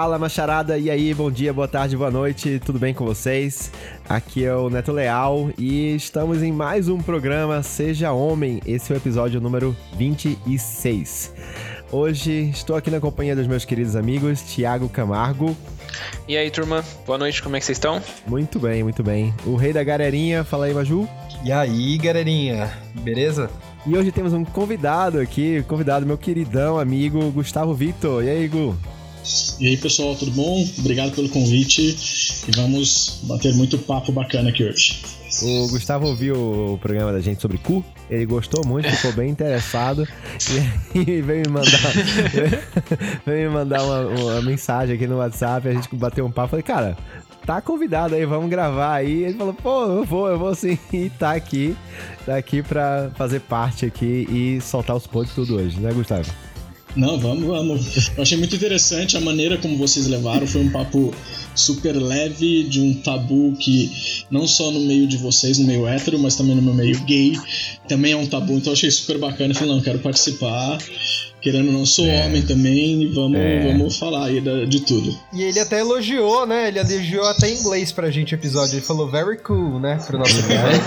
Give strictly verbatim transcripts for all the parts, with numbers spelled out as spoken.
Fala, macharada, e aí, bom dia, boa tarde, boa noite, tudo bem com vocês? Aqui é o Neto Leal e estamos em mais um programa Seja Homem, esse é o episódio número vinte e seis. Hoje estou aqui na companhia dos meus queridos amigos, Thiago Camargo. E aí, turma, boa noite, como é que vocês estão? Muito bem, muito bem. O rei da galerinha, fala aí, Maju. E aí, galerinha, beleza? E hoje temos um convidado aqui, convidado, meu queridão amigo, Gustavo Victor. E aí, Gu? E aí, pessoal, tudo bom? Obrigado pelo convite e vamos bater muito papo bacana aqui hoje. O Gustavo ouviu o programa da gente sobre cu, ele gostou muito, ficou bem interessado e, e veio me mandar, veio me mandar uma, uma mensagem aqui no WhatsApp, a gente bateu um papo, falei, cara, tá convidado aí, vamos gravar aí. Ele falou, pô, eu vou, eu vou sim, e tá aqui, tá aqui pra fazer parte aqui e soltar os podres tudo hoje, né, Gustavo? Não, vamos, vamos. Eu achei muito interessante a maneira como vocês levaram. Foi um papo super leve de um tabu que não só no meio de vocês, no meio hétero, mas também no meu meio gay, também é um tabu. Então eu achei super bacana. Eu falei, não, quero participar. Querendo ou não, sou é. homem também e vamos, é. vamos falar aí de tudo. E ele até elogiou, né? Ele elogiou até em inglês pra gente o episódio. Ele falou very cool, né? Pro nosso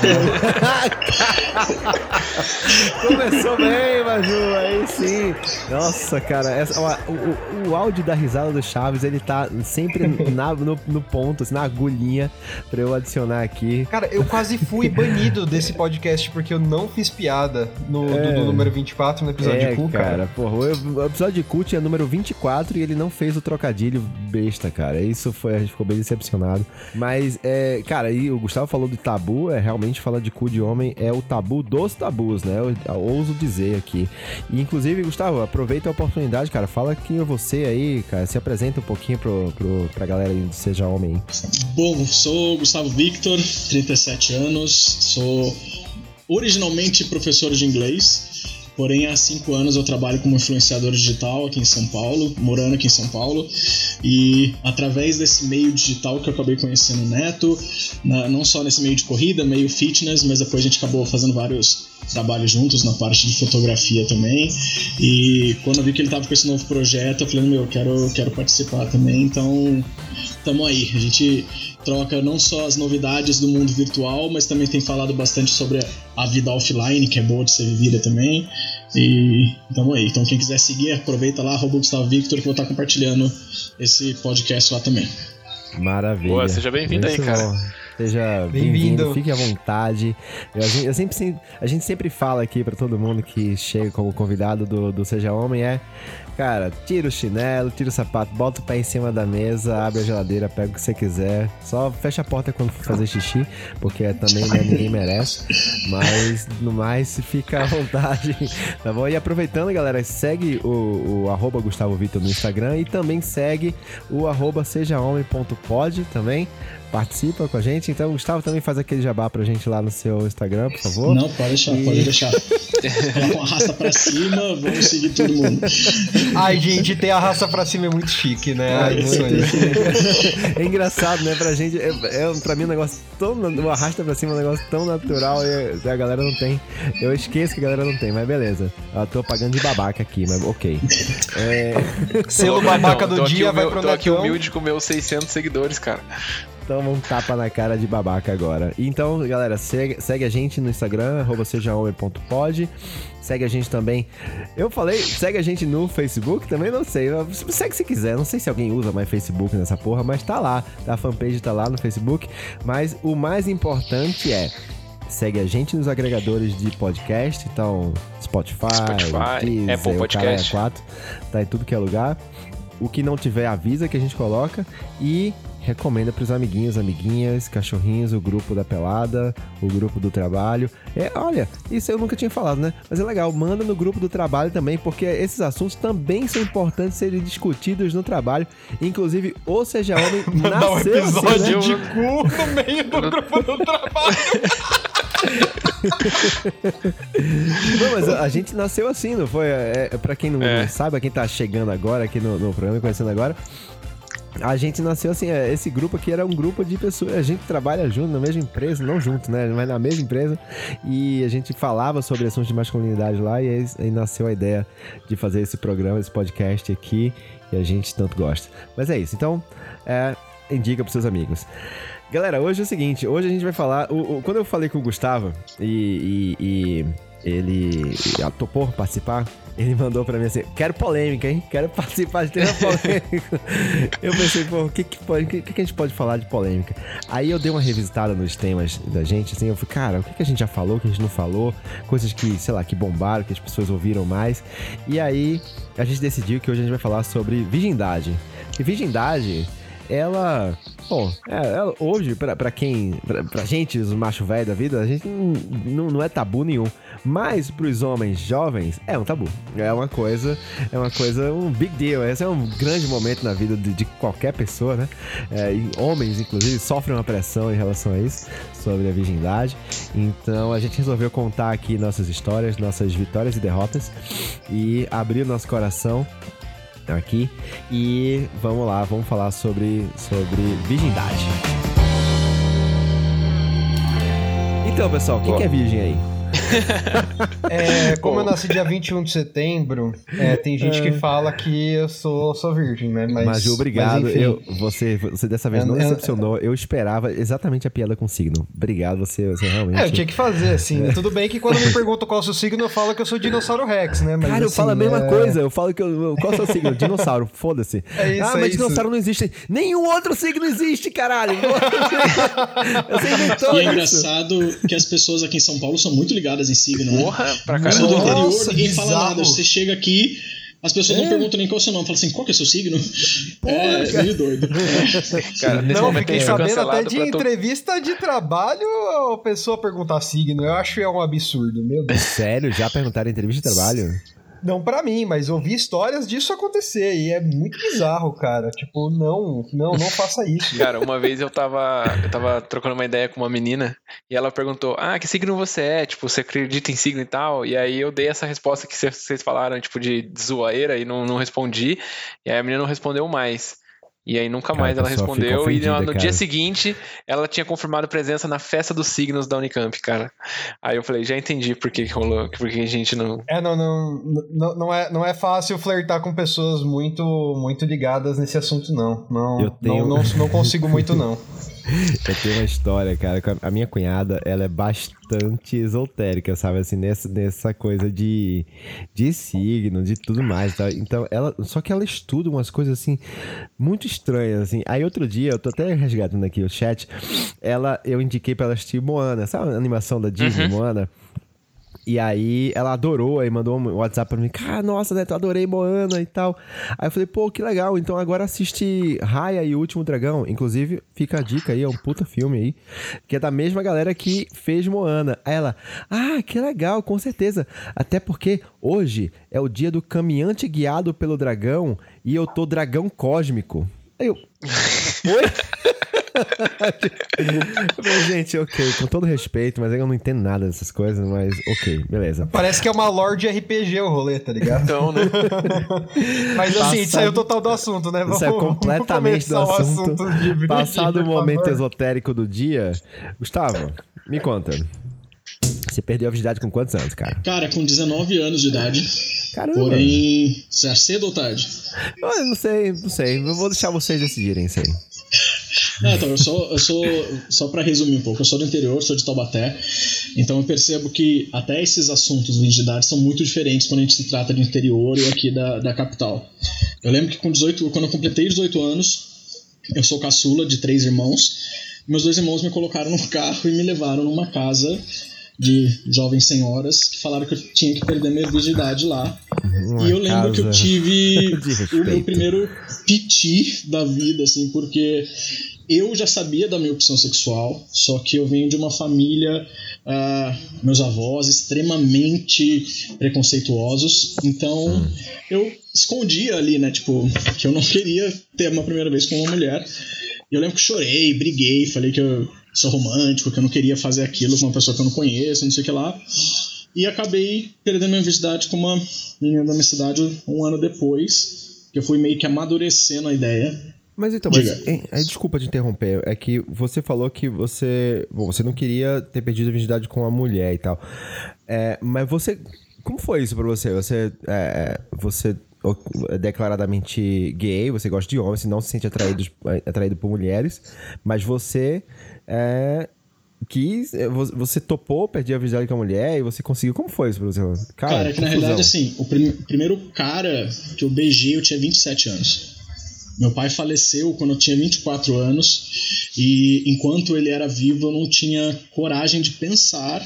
Começou bem, Maju, aí sim. Nossa, cara, essa, ó, o, o, o áudio da risada do Chaves, ele tá sempre na, no, no ponto, assim, na agulhinha pra eu adicionar aqui. Cara, eu quase fui banido desse podcast porque eu não fiz piada no, é. do, do número vinte e quatro no episódio é, de cu, cara. cara. Porra, o episódio de Cult é número vinte e quatro e ele não fez o trocadilho besta, cara. Isso foi, a gente ficou bem decepcionado. Mas, é, cara, e o Gustavo falou de tabu, é realmente falar de cu de homem é o tabu dos tabus, né? Eu, eu ouso dizer aqui. E, inclusive, Gustavo, aproveita a oportunidade, cara. Fala quem é você aí, cara. Se apresenta um pouquinho pro, pro, pra galera aí do Seja Homem. Bom, sou Gustavo Victor, trinta e sete anos, sou originalmente professor de inglês. Porém, há cinco anos eu trabalho como influenciador digital aqui em São Paulo, morando aqui em São Paulo. E através desse meio digital que eu acabei conhecendo o Neto, na, não só nesse meio de corrida, meio fitness, mas depois a gente acabou fazendo vários trabalhos juntos na parte de fotografia também. E quando eu vi que ele estava com esse novo projeto, eu falei, meu, eu quero, quero participar também. Então, tamo aí. A gente troca não só as novidades do mundo virtual, mas também tem falado bastante sobre a vida offline, que é boa de ser vivida também. E tamo aí. Então quem quiser seguir, aproveita lá, arroba Gustavo Victor, que eu vou estar compartilhando esse podcast lá também. Maravilha. Boa, seja bem-vindo aí, cara. Bom. Seja bem-vindo, bem-vindo, fique à vontade. Eu, eu sempre, a gente sempre fala aqui pra todo mundo que chega como convidado do, do Seja Homem é, cara, tira o chinelo, tira o sapato, bota o pé em cima da mesa, abre a geladeira, pega o que você quiser. Só fecha a porta quando for fazer xixi, porque também, né, ninguém merece. Mas, no mais, fica à vontade, tá bom? E aproveitando, galera, segue o, o arroba Gustavo Victor no Instagram e também segue o arroba seja homem ponto pod também. Participa com a gente, então Gustavo também faz aquele jabá pra gente lá no seu Instagram, por favor. Não, pode deixar, e... pode deixar. Coloca uma raça pra cima, vamos seguir todo mundo. Ai, gente, ter a raça pra cima é muito chique, né? Ai, isso aí. É engraçado, né? Pra gente, é, é, pra mim um negócio tão, o arrasta pra cima é um negócio tão natural e a galera não tem. Eu esqueço que a galera não tem, mas beleza. Eu tô pagando de babaca aqui, mas ok. É... Selo babaca do dia vai pro Netão. Tô aqui humilde com meus seiscentos seguidores, cara. Toma um tapa na cara de babaca agora. Então, galera, segue, segue a gente no Instagram, arroba seja homem ponto pod. Segue a gente também. Eu falei, segue a gente no Facebook também, não sei. Segue se quiser. Não sei se alguém usa mais Facebook nessa porra, mas tá lá. A fanpage tá lá no Facebook. Mas o mais importante é... Segue a gente nos agregadores de podcast, então Spotify, Spotify Deezer, Apple Podcast, quatro, tá em tudo que é lugar. O que não tiver, avisa que a gente coloca e recomenda pros amiguinhos, amiguinhas, cachorrinhos, o grupo da pelada, o grupo do trabalho. É, olha, isso eu nunca tinha falado, né? Mas é legal, manda no grupo do trabalho também, porque esses assuntos também são importantes serem discutidos no trabalho. Inclusive, o Seja Homem nasceu um episódio assim, né? de cu no meio do grupo do trabalho. Não, mas a, a gente nasceu assim, não foi? É, é, pra quem não, é. não sabe, quem tá chegando agora aqui no, no programa, conhecendo agora, a gente nasceu assim, esse grupo aqui era um grupo de pessoas, a gente trabalha junto na mesma empresa, não junto, né, mas na mesma empresa, e a gente falava sobre assuntos de masculinidade lá, e aí, aí nasceu a ideia de fazer esse programa, esse podcast aqui, que a gente tanto gosta. Mas é isso, então, é, indica pros seus amigos. Galera, hoje é o seguinte, hoje a gente vai falar... O, o, quando eu falei com o Gustavo e, e, e ele topou participar, ele mandou pra mim assim, quero polêmica, hein? Quero participar de tema polêmico. Eu pensei, pô, o que que, pode, que que a gente pode falar de polêmica? Aí eu dei uma revisitada nos temas da gente, assim, eu falei, cara, o que que a gente já falou, o que a gente não falou? Coisas que, sei lá, que bombaram, que as pessoas ouviram mais. E aí a gente decidiu que hoje a gente vai falar sobre virgindade. E virgindade... ela, bom, é, ela, hoje, pra, pra quem, pra, pra gente, os machos velhos da vida, a gente não, não é tabu nenhum, mas pros homens jovens, é um tabu, é uma coisa, é uma coisa, um big deal, esse é um grande momento na vida de, de qualquer pessoa, né, é, e homens, inclusive, sofrem uma pressão em relação a isso, sobre a virgindade, então a gente resolveu contar aqui nossas histórias, nossas vitórias e derrotas, e abrir o nosso coração aqui e vamos lá, vamos falar sobre, sobre virgindade. Então, pessoal, quem que é virgem aí? É, como eu nasci dia vinte e um de setembro, é, tem gente que fala que eu sou, sou virgem, né? Mas, mas obrigado, mas, eu, você, você dessa vez eu, não eu, decepcionou. Eu esperava exatamente a piada com signo. Obrigado, você, você realmente... É, eu tinha que fazer, assim. É. Tudo bem que quando me perguntam qual é o seu signo, eu falo que eu sou dinossauro Rex, né? Mas, cara, eu assim, falo a mesma é... coisa. Eu falo que eu... Qual é o seu signo? Dinossauro, foda-se. É isso, ah, é mas isso. dinossauro não existe. Nenhum outro signo existe, caralho. Você inventou E é isso. engraçado que as pessoas aqui em São Paulo são muito ligadas em signo, né? Porra, pra Eu caramba. sou do interior, Nossa, ninguém bizarro. fala nada. Você chega aqui, as pessoas É. não perguntam nem qual é o seu nome. Fala assim, qual que é o seu signo? Porra, é, cara. meio doido. É. Cara, nesse Não, momento fiquei a gente foi sabendo até cancelado de pra todo... entrevista de trabalho a pessoa perguntar signo. Eu acho que é um absurdo, meu Deus. Sério? Já perguntaram em entrevista de trabalho? Não pra mim, mas ouvi histórias disso acontecer e é muito bizarro, cara. Tipo, não, não, não faça isso. Cara, uma vez eu tava, eu tava trocando uma ideia com uma menina e ela perguntou, ah, que signo você é? Tipo, você acredita em signo e tal? E aí eu dei essa resposta que vocês falaram, tipo, de zoeira e não, não respondi. E aí a menina não respondeu mais. E aí nunca Cara, mais a ela pessoa fica respondeu. ofendida, E no, no cara. dia seguinte, ela tinha confirmado presença na festa dos signos da Unicamp, cara. Aí eu falei, já entendi por que que rolou, por que a gente não... É, não, não, não, não, é, não é fácil flertar com pessoas muito, muito ligadas nesse assunto, não. Não, Eu tenho- não, não, não consigo muito, não. Eu tenho uma história, cara, com a- a minha cunhada, ela é bastante esotérica, sabe, assim, nessa, nessa coisa de, de signo, de tudo mais, tá? Então, ela, só que ela estuda umas coisas, assim, muito estranhas, assim. Aí, outro dia, eu tô até resgatando aqui o chat, ela, eu indiquei pra ela assistir Moana, sabe a animação da Disney, Uhum. Moana? E aí ela adorou, aí mandou um WhatsApp pra mim, cara, nossa, Neto, eu adorei Moana e tal. Aí eu falei, pô, que legal, então agora assiste Raya e o Último Dragão. Inclusive, fica a dica aí, é um puta filme aí, que é da mesma galera que fez Moana. Aí ela, ah, que legal, com certeza. Até porque hoje é o dia do caminhante guiado pelo dragão e eu tô dragão cósmico. Aí eu, oi? Eu falei, gente, ok, com todo respeito, mas eu não entendo nada dessas coisas, mas ok, beleza. Parece que é uma lore de R P G o rolê, tá ligado? Então, né? Mas assim, Passado- saiu total do assunto, né? Isso é completamente do começar o assunto. de virgem, Passado o por momento favor. esotérico do dia, Gustavo, me conta. Você perdeu a virgindade com quantos anos, cara? Cara, com dezenove anos de idade. Caramba! Porém, já cedo ou tarde? Ah, eu não sei, não sei. Eu vou deixar vocês decidirem isso aí. Não, então, eu sou, eu sou, só pra resumir um pouco, eu sou do interior, sou de Taubaté, então eu percebo que até esses assuntos de virgindade são muito diferentes quando a gente se trata de interior e aqui da, da capital. Eu lembro que com dezoito, quando eu completei dezoito anos, eu sou caçula de três irmãos, meus dois irmãos me colocaram no carro e me levaram numa casa de jovens senhoras que falaram que eu tinha que perder minha virgindade lá. Uma E eu lembro que eu casa tive de o meu respeito. primeiro piti da vida, assim, porque eu já sabia da minha opção sexual, só que eu venho de uma família, ah, meus avós, extremamente preconceituosos, então Hum. eu escondia ali, né, tipo, que eu não queria ter uma primeira vez com uma mulher. E eu lembro que chorei, briguei, falei que eu sou romântico, que eu não queria fazer aquilo com uma pessoa que eu não conheço, não sei o que lá. E acabei perdendo minha virgindade com uma menina da minha cidade um ano depois, que eu fui meio que amadurecendo a ideia. Mas então, mas, Diga. hein, aí, desculpa te interromper, é que você falou que você, bom, você não queria ter perdido a virgindade com uma mulher e tal. É, mas você, como foi isso pra você? Você, é, você declaradamente gay, você gosta de homens, você não se sente atraído, atraído por mulheres, mas você é, quis, você topou perder a virgindade com a mulher e você conseguiu. Como foi isso pra você? Cara, cara é que na realidade, assim, o prim- primeiro cara que eu beijei, eu tinha vinte e sete anos. Meu pai faleceu quando eu tinha vinte e quatro anos e enquanto ele era vivo eu não tinha coragem de pensar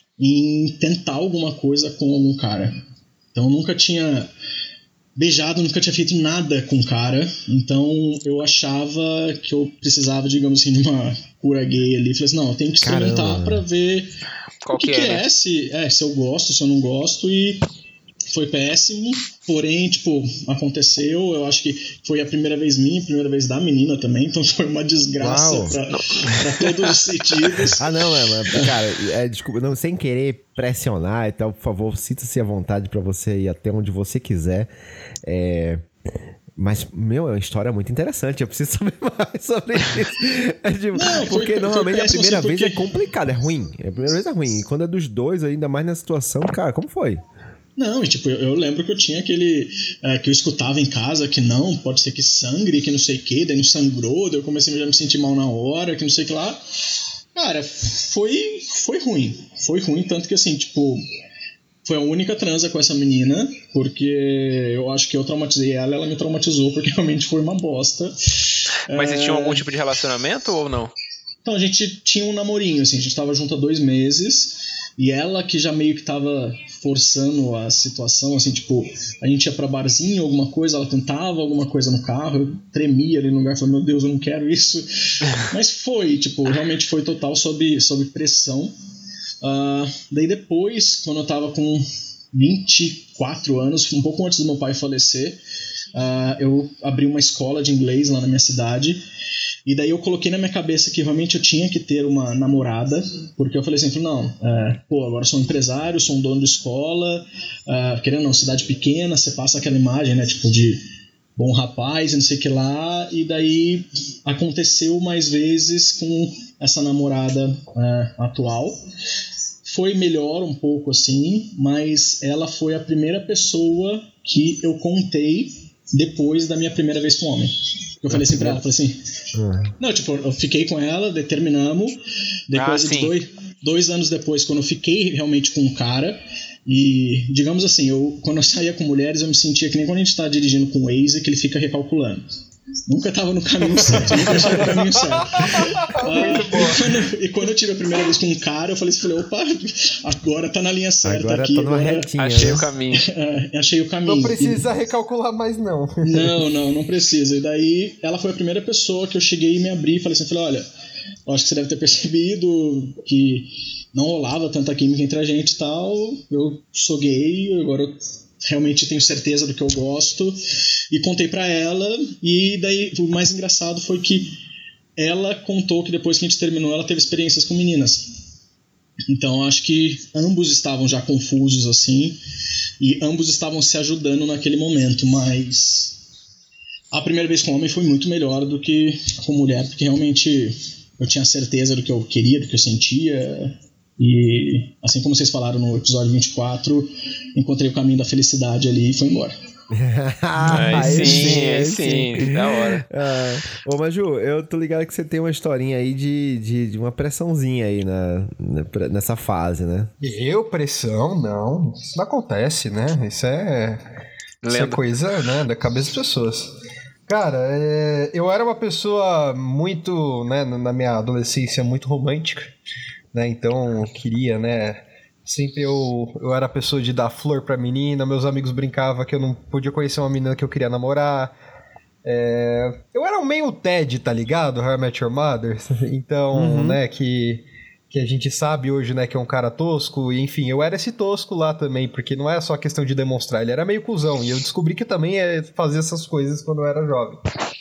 em tentar alguma coisa com algum cara. Então eu nunca tinha beijado, nunca tinha feito nada com cara. Então eu achava que eu precisava, digamos assim, de uma cura gay ali. Falei assim, não, eu tenho que experimentar Caramba. pra ver Qual o que, que, que é, é, né? se, é, se eu gosto, se eu não gosto. E foi péssimo, porém, tipo, aconteceu. Eu acho que foi a primeira vez minha, a primeira vez da menina também. Então foi uma desgraça pra, pra todos os sentidos. Ah, não, é, mas, cara, é, desculpa, não, sem querer pressionar e tal, por favor, sinta-se à vontade pra você ir até onde você quiser. É... Mas, meu, é uma história muito interessante. Eu preciso saber mais sobre isso. É tipo, não, porque foi, normalmente foi a primeira vez porque... é complicado, é ruim. A primeira vez é ruim. E quando é dos dois, ainda mais na situação, cara, como foi? Não, e tipo, eu, eu lembro que eu tinha aquele é, que eu escutava em casa que não, pode ser que sangre, que não sei o que, daí não sangrou, daí eu comecei a já me sentir mal na hora, que não sei o que lá. Cara, foi, foi ruim, foi ruim, tanto que assim, tipo, foi a única transa com essa menina, porque eu acho que eu traumatizei ela, ela me traumatizou, porque realmente foi uma bosta. Mas é... vocês tinham algum tipo de relacionamento ou não? Então, a gente tinha um namorinho, assim, a gente tava junto há dois meses, e ela que já meio que tava forçando a situação, assim, tipo, a gente ia pra barzinho, alguma coisa, ela tentava alguma coisa no carro, eu tremia ali no lugar, falei, meu Deus, eu não quero isso. Mas foi, tipo, realmente foi total sob, sob pressão. Uh, daí depois, quando eu tava com vinte e quatro anos, um pouco antes do meu pai falecer, uh, eu abri uma escola de inglês lá na minha cidade. E daí eu coloquei na minha cabeça que realmente eu tinha que ter uma namorada, porque eu falei assim, não, é, pô, agora eu sou um empresário, sou um dono de escola, é, querendo não, cidade pequena, você passa aquela imagem, né, tipo de bom rapaz e não sei o que lá, e daí aconteceu mais vezes com essa namorada é, atual. Foi melhor um pouco assim, mas ela foi a primeira pessoa que eu contei depois da minha primeira vez com homem. Eu falei assim pra ela, falei assim... Uhum. Não, tipo, eu fiquei com ela, determinamos. Depois ah, de dois, dois anos depois, quando eu fiquei realmente com o cara... E, digamos assim, eu, quando eu saía com mulheres, eu me sentia que nem quando a gente tá dirigindo com o Waze, que ele fica recalculando. Nunca tava no caminho certo, nunca achava o caminho certo. Ah, e, quando, e quando eu tive a primeira vez com um cara, eu falei, falei opa, agora tá na linha certa agora aqui. Tá numa agora retinha, achei né? o caminho. É, achei o caminho. Não precisa e... recalcular mais, não. Não, não, não precisa. E daí, ela foi a primeira pessoa que eu cheguei e me abri e falei assim, falei, olha, eu acho que você deve ter percebido que não rolava tanta química entre a gente e tal. Eu sou gay, agora eu realmente tenho certeza do que eu gosto. E contei pra ela. E daí o mais engraçado foi que ela contou que depois que a gente terminou, ela teve experiências com meninas. Então acho que ambos estavam já confusos assim. E ambos estavam se ajudando naquele momento. Mas a primeira vez com homem foi muito melhor do que com mulher, porque realmente eu tinha certeza do que eu queria, do que eu sentia. E assim como vocês falaram no episódio vinte e quatro, encontrei o caminho da felicidade ali e foi embora. Aí sim, aí sim, sim, da hora. Ah, ô Maju, eu tô ligado que você tem uma historinha aí de, de, de uma pressãozinha aí na, na, nessa fase, né? Eu? Pressão? Não, isso não acontece, né? Isso é, isso é coisa, né, da cabeça das pessoas. Cara, é, eu era uma pessoa muito, né, na minha adolescência, muito romântica. Né, então eu queria, né, sempre eu, eu era a pessoa de dar flor pra menina, meus amigos brincavam que eu não podia conhecer uma menina que eu queria namorar, é, eu era meio Ted, tá ligado, How I Met Your Mother, então, uhum. né, que, que a gente sabe hoje, né, que é um cara tosco, e enfim, eu era esse tosco lá também, porque não é só questão de demonstrar, ele era meio cuzão, e eu descobri que também é fazer essas coisas quando eu era jovem.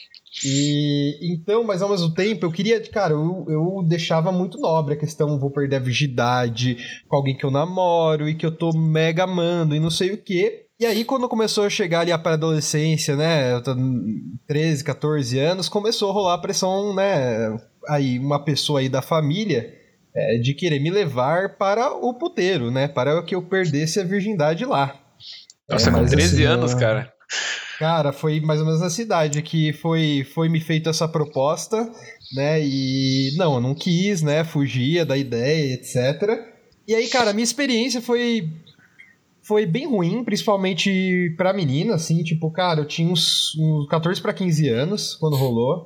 E então, mas ao mesmo tempo eu queria, cara, eu, eu deixava muito nobre a questão, vou perder a virgindade com alguém que eu namoro e que eu tô mega amando e não sei o quê. E aí quando começou a chegar ali a pré-adolescência, né, eu tô treze, catorze anos, começou a rolar a pressão, né, aí uma pessoa aí da família é, de querer me levar para o puteiro, né, para que eu perdesse a virgindade lá. Nossa, é, com treze assim, anos, cara. Cara, foi mais ou menos na cidade que foi, foi me feita essa proposta, né? E não, eu não quis, né? Fugia da ideia, etcétera. E aí, cara, a minha experiência foi, foi bem ruim, principalmente pra menina, assim. Tipo, cara, eu tinha uns, uns catorze pra quinze anos quando rolou.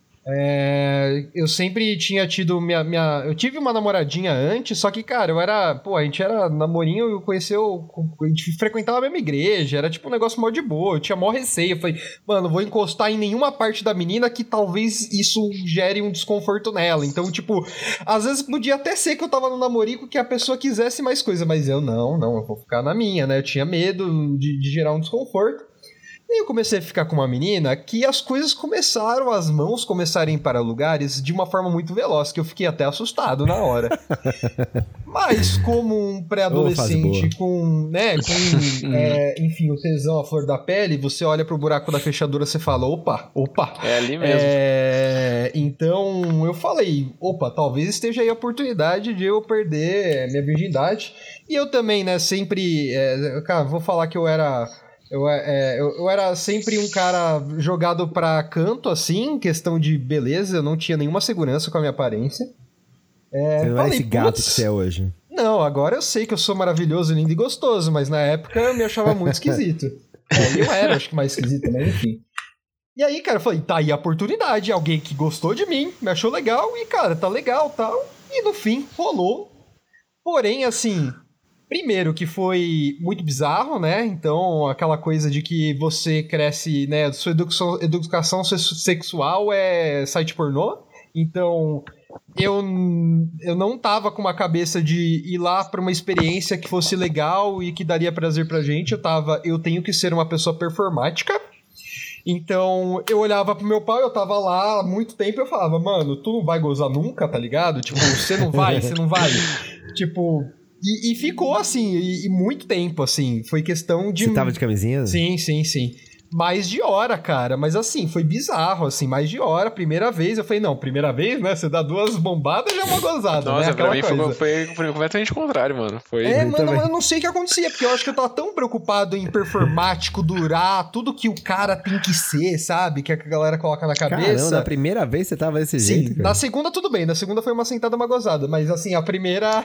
É, eu sempre tinha tido minha, minha... Eu tive uma namoradinha antes, só que, cara, eu era... Pô, a gente era namorinho, eu conheceu... A gente frequentava a mesma igreja, era tipo um negócio mó de boa, eu tinha mó receio. Eu falei, mano, vou encostar em nenhuma parte da menina que talvez isso gere um desconforto nela. Então, tipo, às vezes podia até ser que eu tava no namorico que a pessoa quisesse mais coisa, mas eu não, não, eu vou ficar na minha, né? Eu tinha medo de, de gerar um desconforto. E eu comecei a ficar com uma menina que as coisas começaram, as mãos começarem para lugares de uma forma muito veloz, que eu fiquei até assustado na hora. Mas como um pré-adolescente com, né, com, é, enfim, o tesão à flor da pele, você olha pro buraco da fechadura e você fala, opa, opa. É ali mesmo. É, então eu falei, opa, talvez esteja aí a oportunidade de eu perder minha virgindade. E eu também, né, sempre, é, cara, vou falar que eu era... Eu, é, eu, eu era sempre um cara jogado pra canto, assim, questão de beleza, eu não tinha nenhuma segurança com a minha aparência. É, você não falei, é esse gato que você é hoje. Não, agora eu sei que eu sou maravilhoso, lindo e gostoso, mas na época eu me achava muito esquisito. É, eu era, acho que mais esquisito, mas enfim. E aí, cara, eu falei, tá aí a oportunidade, alguém que gostou de mim, me achou legal, e cara, tá legal, tal. E no fim, rolou. Porém, assim... Primeiro, que foi muito bizarro, né? Então, aquela coisa de que você cresce, né? Sua educação, educação sexual é site pornô. Então, eu, eu não tava com uma cabeça de ir lá pra uma experiência que fosse legal e que daria prazer pra gente. Eu tava, eu tenho que ser uma pessoa performática. Então, eu olhava pro meu pai, eu tava lá há muito tempo e eu falava, mano, tu não vai gozar nunca, tá ligado? Tipo, você não vai, você não vai. Tipo... E, e ficou assim, e, e muito tempo, assim. Foi questão de... Você tava de camisinha? Sim, sim, sim. Mais de hora, cara. Mas assim, foi bizarro, assim. Mais de hora, primeira vez. Eu falei, não, primeira vez, né? Você dá duas bombadas, já é uma gozada, Nossa, né? pra mim coisa. foi, foi, foi completamente o contrário, mano. Foi... É, mano, eu não sei o que acontecia, porque eu acho que eu tava tão preocupado em performático, durar, tudo que o cara tem que ser, sabe? Que a galera coloca na cabeça. Caramba, na primeira vez você tava desse Sim, jeito, cara. Na segunda tudo bem, na segunda foi uma sentada, uma gozada, mas assim, a primeira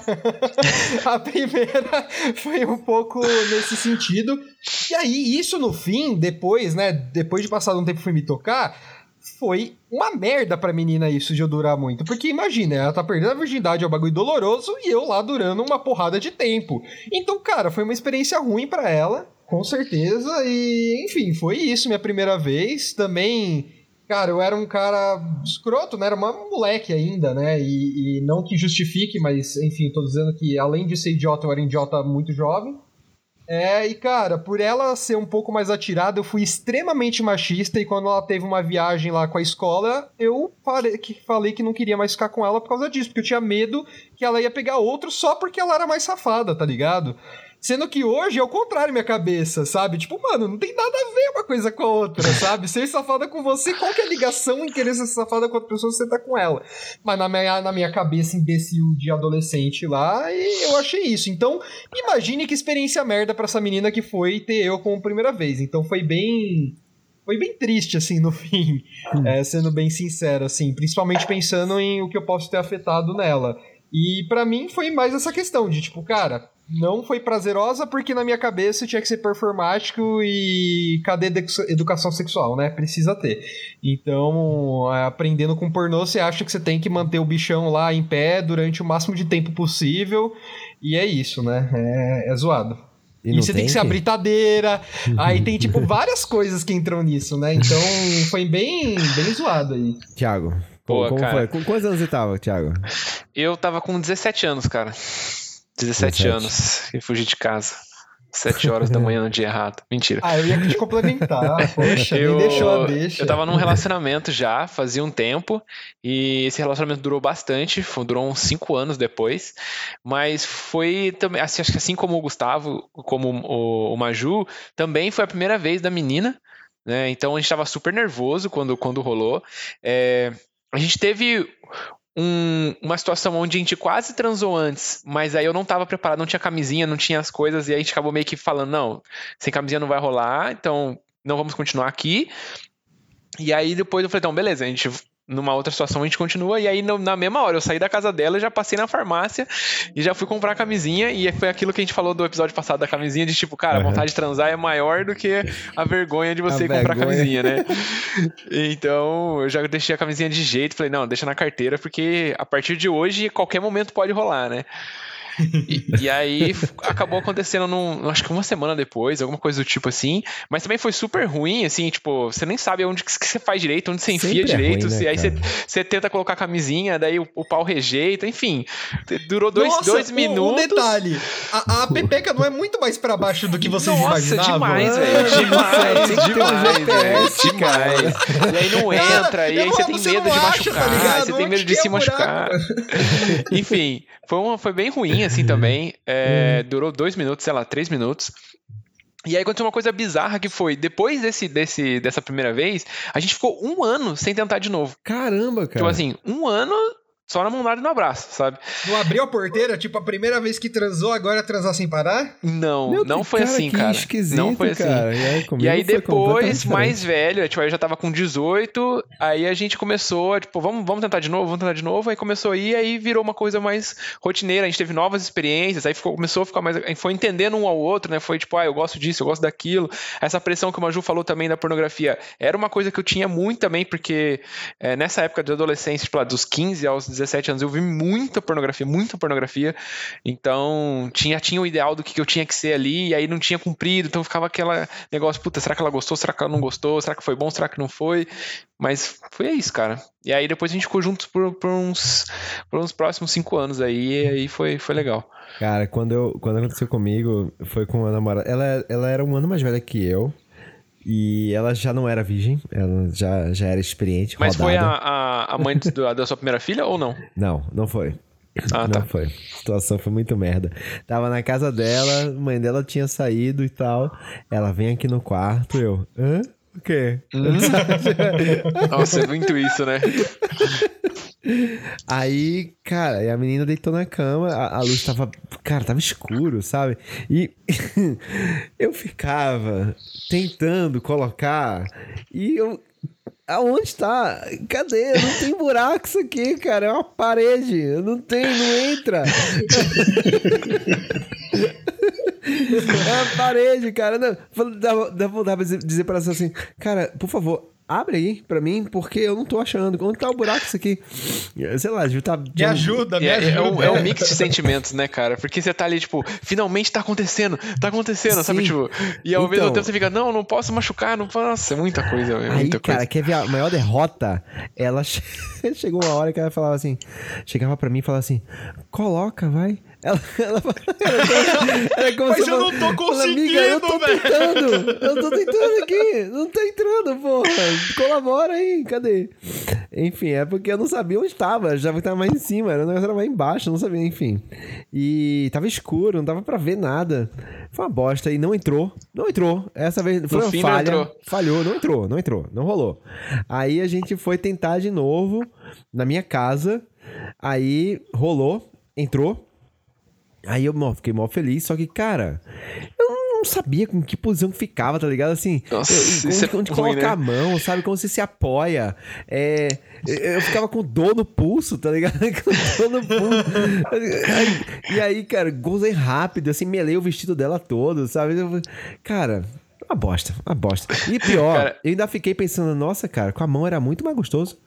a primeira foi um pouco nesse sentido. E aí, isso no fim, depois, né, depois de passar um tempo fui me tocar, foi uma merda pra menina isso de eu durar muito. Porque imagina, ela tá perdendo a virgindade, é um bagulho doloroso, e eu lá durando uma porrada de tempo. Então, cara, foi uma experiência ruim pra ela, com certeza, e enfim, foi isso, minha primeira vez. Também, cara, eu era um cara escroto, né, era uma moleque ainda, né, e, e não que justifique, mas enfim, tô dizendo que além de ser idiota, eu era idiota muito jovem. É, e cara, por ela ser um pouco mais atirada, eu fui extremamente machista, e quando ela teve uma viagem lá com a escola, eu falei que, falei que não queria mais ficar com ela por causa disso, porque eu tinha medo que ela ia pegar outro só porque ela era mais safada, tá ligado? Sendo que hoje é o contrário minha cabeça, sabe? Tipo, mano, não tem nada a ver uma coisa com a outra, sabe? Ser safada com você, qual que é a ligação em querer ser safada com outra pessoa se você tá com ela? Mas na minha, na minha cabeça imbecil de adolescente lá, eu achei isso. Então, imagine que experiência merda pra essa menina que foi ter eu como primeira vez. Então foi bem... Foi bem triste, assim, no fim, hum. é, sendo bem sincero, assim. Principalmente pensando em o que eu posso ter afetado nela. E pra mim foi mais essa questão de, tipo, cara... Não foi prazerosa porque na minha cabeça tinha que ser performático e cadê educação sexual, né? Precisa ter. Então, aprendendo com pornô, você acha que você tem que manter o bichão lá em pé durante o máximo de tempo possível. E é isso, né? É, é zoado. E, e você tem que ser a britadeira. Aí tem, tipo, várias coisas que entram nisso, né? Então, foi bem, bem zoado aí. Thiago, Pô, como cara, foi? Com quantos anos você tava, Thiago? Eu tava com dezessete anos, cara. dezessete, dezessete anos e fugi de casa. sete horas da manhã no dia errado. Mentira. Ah, eu ia te complementar. Poxa, eu, nem deixou a deixa. Eu tava num relacionamento já, fazia um tempo, e esse relacionamento durou bastante, durou uns cinco anos depois, mas foi também, assim, acho que assim como o Gustavo, como o, o Maju, também foi a primeira vez da menina, né? Então a gente tava super nervoso quando, quando rolou. É, a gente teve... Um, uma situação onde a gente quase transou antes, mas aí eu não tava preparado, não tinha camisinha, não tinha as coisas, e aí a gente acabou meio que falando, não, sem camisinha não vai rolar, então, não vamos continuar aqui. E aí depois eu falei, então, beleza, a gente... Numa outra situação a gente continua, e aí no, na mesma hora eu saí da casa dela, já passei na farmácia e já fui comprar a camisinha, e foi aquilo que a gente falou do episódio passado da camisinha, de tipo, cara, uhum. a vontade de transar é maior do que a vergonha de você a comprar vergonha. a camisinha, né? Então eu já deixei a camisinha de jeito, falei, não, deixa na carteira, porque a partir de hoje qualquer momento pode rolar, né? E, e aí acabou acontecendo num, acho que uma semana depois, alguma coisa do tipo assim, mas também foi super ruim, assim, tipo, você nem sabe onde que você faz direito, onde você enfia Sempre direito, é ruim, né, aí você, você tenta colocar a camisinha, daí o, o pau rejeita, enfim, durou dois, Nossa, dois um, minutos. Um detalhe, a, a pepeca não é muito mais pra baixo do que vocês Nossa, imaginavam? demais, velho, demais, demais, velho, demais. E aí não entra, e aí você tem medo de machucar, você tem medo de se machucar. Enfim, foi, uma, foi bem ruim, assim, também. É, durou dois minutos, sei lá, três minutos. E aí aconteceu uma coisa bizarra que foi, depois desse, desse, dessa primeira vez, a gente ficou um ano sem tentar de novo. Caramba, cara. Tipo assim, um ano só na mão dada e no abraço, sabe? Não abriu a porteira? Tipo, a primeira vez que transou, agora transar sem parar? Não, Meu não Deus, foi cara, assim, que cara. Esquisito, não foi assim. Cara. E aí, e aí depois, mais velho, tipo, aí eu já tava com dezoito, aí a gente começou, tipo, vamos, vamos tentar de novo, vamos tentar de novo, aí começou a ir, aí virou uma coisa mais rotineira, a gente teve novas experiências, aí ficou, começou a ficar mais, a gente foi entendendo um ao outro, né, foi tipo, ah, eu gosto disso, eu gosto daquilo, essa pressão que o Maju falou também da pornografia, era uma coisa que eu tinha muito também, porque é, nessa época de adolescência, tipo, lá, dos quinze aos dezessete anos, eu vi muita pornografia, muita pornografia, então tinha, tinha o ideal do que, que eu tinha que ser ali, e aí não tinha cumprido, então ficava aquele negócio, puta, será que ela gostou, será que ela não gostou, será que foi bom, será que não foi, mas foi isso, cara. E aí depois a gente ficou juntos por, por, uns, por uns próximos cinco anos aí, e aí foi, foi legal. Cara, quando, eu, quando aconteceu comigo, foi com uma namorada, ela, ela era um ano mais velha que eu, e ela já não era virgem, ela já, já era experiente, Mas rodada. foi a, a, a mãe do, da sua primeira filha ou não? Não, não foi. Ah, não tá. foi. A situação foi muito merda. Tava na casa dela, a mãe dela tinha saído e tal. Ela vem aqui no quarto, eu... Hã? O quê? Hum? Nossa, é muito isso, né? Aí, cara, e a menina deitou na cama, a, a luz tava, cara, tava escuro, sabe? E eu ficava tentando colocar e eu... Aonde tá? Cadê? Não tem buraco isso aqui, cara. É uma parede. Não tem, não entra. É uma parede, cara. Não, dá, dá vontade de dizer pra ela assim, cara, por favor, abre aí pra mim, porque eu não tô achando. Onde tá o buraco isso aqui? Sei lá, tá... Me ajuda, me é, ajuda. É um, é um mix de sentimentos, né, cara? Porque você tá ali, tipo, finalmente tá acontecendo, tá acontecendo, Sim. sabe? Tipo, e ao então, mesmo tempo você fica, não, não posso machucar, não posso. Nossa, é muita coisa, é muita aí, coisa. Cara, quer ver a maior derrota? Ela chegou uma hora que ela falava assim, chegava pra mim e falava assim, coloca, vai. Ela, ela, ela, ela Mas eu não tô conseguindo, eu tô velho. tentando, eu tô tentando aqui, não tá entrando, porra, colabora aí, cadê? Enfim, é porque eu não sabia onde tava, já que tava mais em cima, o negócio era mais embaixo, eu não sabia, enfim. E tava escuro, não dava pra ver nada, foi uma bosta, e não entrou, não entrou, essa vez foi no uma fim falha, não entrou. falhou, não entrou, não entrou, não rolou. Aí a gente foi tentar de novo, na minha casa, aí rolou, entrou. Aí eu ó, fiquei mó feliz, só que, cara, eu não sabia com que posição que ficava, tá ligado? Assim, Nossa, eu, isso onde, é onde ruim, colocar né? a mão, sabe? Como você se apoia. É, eu ficava com dor no pulso, tá ligado? Com dor no pulso. Aí, e aí, cara, gozei rápido, assim, melei o vestido dela todo, sabe? Eu, cara, uma bosta, uma bosta. E pior, cara, eu ainda fiquei pensando, nossa, cara, com a mão era muito mais gostoso.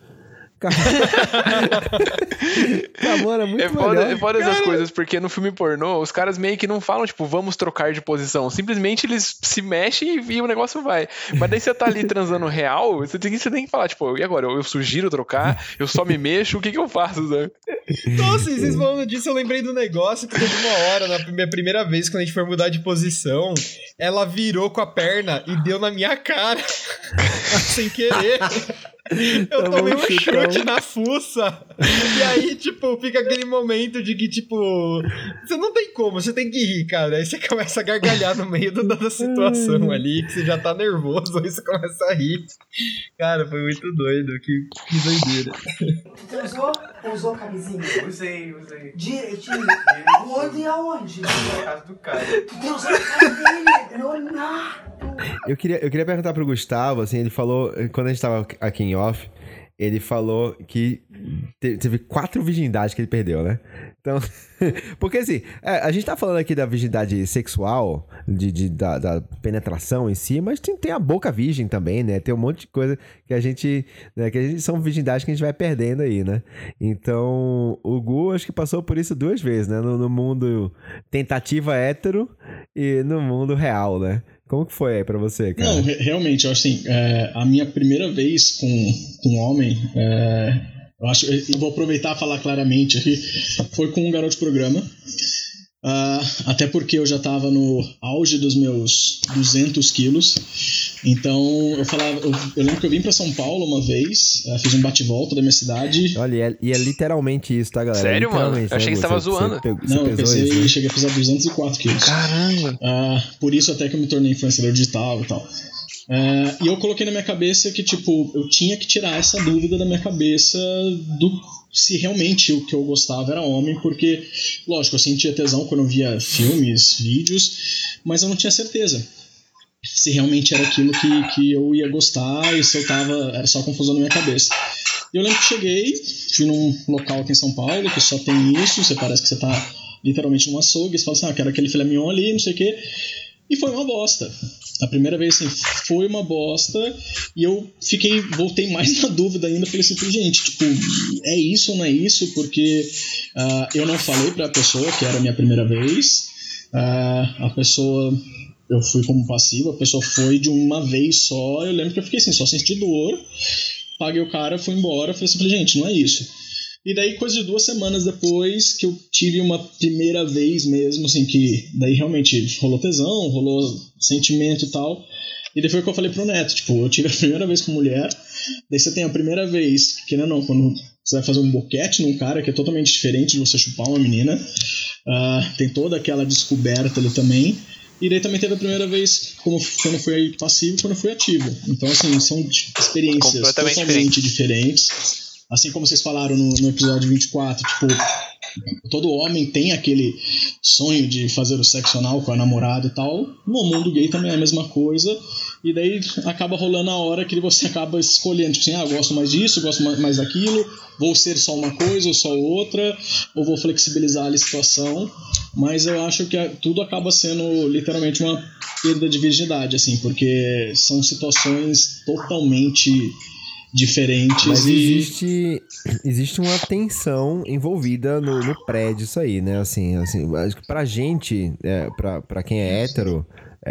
Calma, era muito é foda, melhor. é foda essas coisas, porque no filme pornô, os caras meio que não falam, tipo, vamos trocar de posição. Simplesmente eles se mexem e, e o negócio vai. Mas daí você tá ali transando real, você tem, você tem que falar, tipo, e agora? Eu, eu sugiro trocar, eu só me mexo, o que que eu faço, sabe? Nossa, vocês falando disso, eu lembrei do negócio que teve uma hora, na minha primeira vez, quando a gente foi mudar de posição, ela virou com a perna e deu na minha cara, sem querer. Eu tá tomei um chutão. Chute na fuça. E aí, tipo, fica aquele momento de que, tipo, você não tem como, você tem que rir, cara. Aí você começa a gargalhar no meio da, da situação ali, que você já tá nervoso, aí você começa a rir. Cara, foi muito doido, que, que doideira. Você usou? Usou camisinha? Usei, usei. Direitinho? Onde e aonde? Na casa do cara. Tu usou a cara dele? Não, não. Eu queria, eu queria perguntar pro Gustavo, assim, ele falou, quando a gente tava aqui em off, ele falou que teve quatro virgindades que ele perdeu, né? Então, porque assim, a gente tá falando aqui da virgindade sexual, de, de, da, da penetração em si, mas tem, tem a boca virgem também, né? Tem um monte de coisa que a gente, né, que a gente, são virgindades que a gente vai perdendo aí, né? Então, o Gu acho que passou por isso duas vezes, né? No, no mundo tentativa hétero e no mundo real, né? Como que foi aí pra você, cara? Não, re- realmente, eu acho assim, é, a minha primeira vez com, com um homem, é, eu acho, eu vou aproveitar e falar claramente aqui, foi com um garoto de programa, uh, até porque eu já tava no auge dos meus duzentos quilos, então eu falava, eu, eu lembro que eu vim pra São Paulo uma vez, uh, fiz um bate-volta da minha cidade. Olha, e é, e é literalmente isso, tá, galera? Sério, mano? Eu né, achei que você tava você, zoando. Você, você Não, eu pesei, isso, né? cheguei a pesar duzentos e quatro quilos. Caramba! Uh, por isso até que eu me tornei influenciador digital e tal. Uh, e eu coloquei na minha cabeça que, tipo, eu tinha que tirar essa dúvida da minha cabeça do se realmente o que eu gostava era homem, porque, lógico, eu sentia tesão quando eu via filmes, vídeos, mas eu não tinha certeza se realmente era aquilo que, que eu ia gostar e se eu tava, era só confusão na minha cabeça. E eu lembro que cheguei, fui num local aqui em São Paulo que só tem isso, você parece que você tá literalmente num açougue, você fala assim, ah, quero aquele filé mignon ali, não sei o quê, e foi uma bosta. A primeira vez, assim, foi uma bosta, e eu fiquei, voltei mais na dúvida ainda, falei assim, gente, tipo, é isso ou não é isso? Porque uh, eu não falei pra pessoa que era a minha primeira vez, uh, a pessoa... Eu fui como passivo, a pessoa foi de uma vez só, eu lembro que eu fiquei assim, só senti dor, paguei o cara, fui embora, falei assim, gente, não é isso. E daí, coisa de duas semanas depois, que eu tive uma primeira vez mesmo, assim, que daí realmente rolou tesão, rolou sentimento e tal, e depois que eu falei pro Neto, tipo, eu tive a primeira vez com mulher, daí você tem a primeira vez, que não, não, quando você vai fazer um boquete num cara, que é totalmente diferente de você chupar uma menina, uh, tem toda aquela descoberta ali também. E daí também teve a primeira vez como, quando foi passivo e quando foi ativo. Então, assim, são experiências totalmente diferentes. Assim como vocês falaram no, no episódio vinte e quatro, tipo, todo homem tem aquele sonho de fazer o sexo anal com a namorada e tal. No mundo gay também é a mesma coisa. E daí acaba rolando a hora que você acaba escolhendo, tipo assim, ah, gosto mais disso, gosto mais daquilo, vou ser só uma coisa ou só outra, ou vou flexibilizar a situação. Mas eu acho que tudo acaba sendo literalmente uma perda de virgindade, assim, porque são situações totalmente diferentes. Mas e... existe, existe uma tensão envolvida no, no pré disso aí, né? Assim, assim, acho que pra gente, é, pra, pra quem é hétero,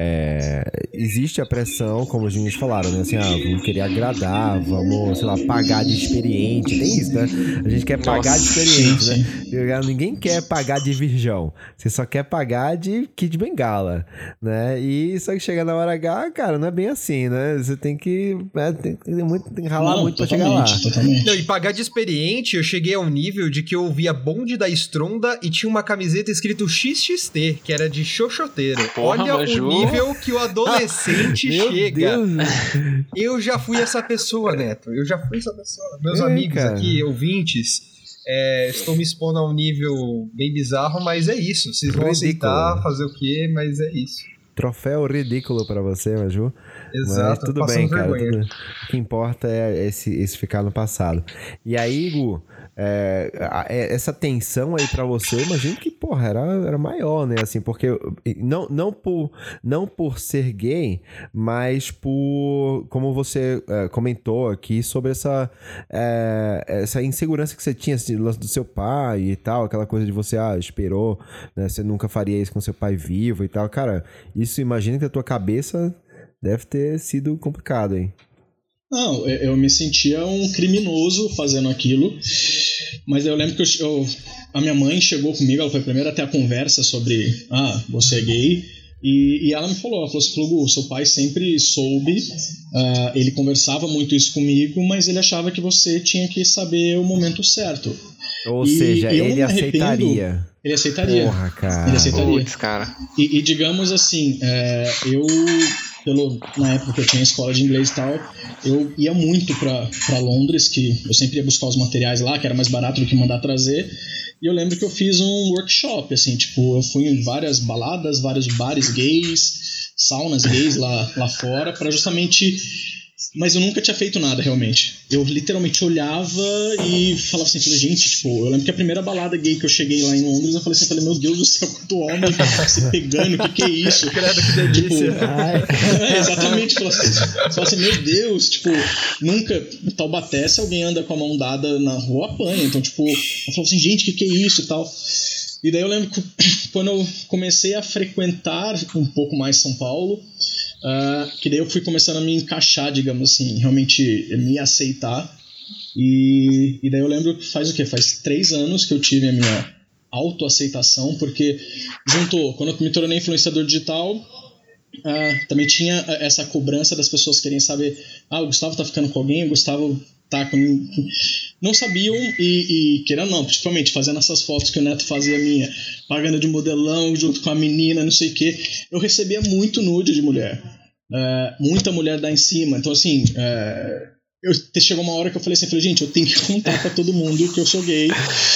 é, existe a pressão, como os meninos falaram, né? Assim, ah, vamos querer agradar, vamos, sei lá, pagar de experiente. Tem isso, né? A gente quer pagar Nossa, de experiente, sim, né? Sim. Ninguém quer pagar de virgão. Você só quer pagar de Kid Bengala, né? E só que chega na hora H, cara, não é bem assim, né? Você tem que, né, tem, tem, muito, tem que ralar não, muito pra chegar lá. Totalmente. Não, e pagar de experiente, eu cheguei ao nível de que eu via bonde da Estronda e tinha uma camiseta escrito X X T, que era de xoxoteiro. Porra, Olha Maju. o nível que o adolescente chega. Deus. Eu já fui essa pessoa, Neto. Eu já fui essa pessoa. Meus Ei, amigos cara. aqui, ouvintes, é, estou me expondo a um nível bem bizarro, mas é isso. Vocês vão Ridículo. aceitar, fazer o quê, mas é isso. Troféu ridículo pra você, Maju. Exato. Mas tudo bem, cara. Tudo... O que importa é esse, esse ficar no passado. E aí, Gu, é, essa tensão aí pra você, eu imagino que, porra, era, era maior, né? Assim, porque não, não, por, não por ser gay, mas por, como você é, comentou aqui, sobre essa, é, essa insegurança que você tinha assim, do seu pai e tal, aquela coisa de você, ah, esperou, né? Você nunca faria isso com seu pai vivo e tal. Cara, isso imagina que a tua cabeça deve ter sido complicado, hein? Não, eu me sentia um criminoso fazendo aquilo, mas eu lembro que eu, eu, a minha mãe chegou comigo, ela foi a primeira a ter a conversa sobre, ah, você é gay, e, e ela me falou, ela falou assim, Gu, seu pai sempre soube, uh, ele conversava muito isso comigo, mas ele achava que você tinha que saber o momento certo. Ou e, seja, e ele aceitaria. Ele aceitaria. Porra, cara. Ele aceitaria. Puts, cara. E, e digamos assim, é, eu... Pelo, na época que eu tinha escola de inglês e tal, eu ia muito pra, pra Londres, que eu sempre ia buscar os materiais lá, que era mais barato do que mandar trazer, e eu lembro que eu fiz um workshop, assim, tipo, eu fui em várias baladas, vários bares gays, saunas gays lá, lá fora, pra justamente... Mas eu nunca tinha feito nada, realmente. Eu literalmente olhava e falava assim, falei, gente, tipo, eu lembro que a primeira balada gay que eu cheguei lá em Londres, eu falei assim, falei, meu Deus do céu, quanto homem se pegando, o que que é isso? Credo, que delícia. Tipo, é, exatamente, falei assim, falei assim, meu Deus, tipo, nunca, em Taubaté, se alguém anda com a mão dada na rua, apanha. Então, tipo, eu falava assim, gente, o que que é isso e tal. E daí eu lembro que quando eu comecei a frequentar um pouco mais São Paulo, Uh, que daí eu fui começando a me encaixar, digamos assim, realmente me aceitar. E, e daí eu lembro que faz o quê? Faz três anos que eu tive a minha autoaceitação, porque juntou, quando eu me tornei influenciador digital, uh, também tinha essa cobrança das pessoas querem saber, ah, o Gustavo tá ficando com alguém, o Gustavo tá com... Não sabiam e, e querendo não, principalmente fazendo essas fotos que o Neto fazia minha, pagando de modelão junto com a menina, não sei o que, eu recebia muito nude de mulher, é, muita mulher dá em cima, então assim, é, eu, chegou uma hora que eu falei assim, falei, gente, eu tenho que contar pra todo mundo que eu sou gay.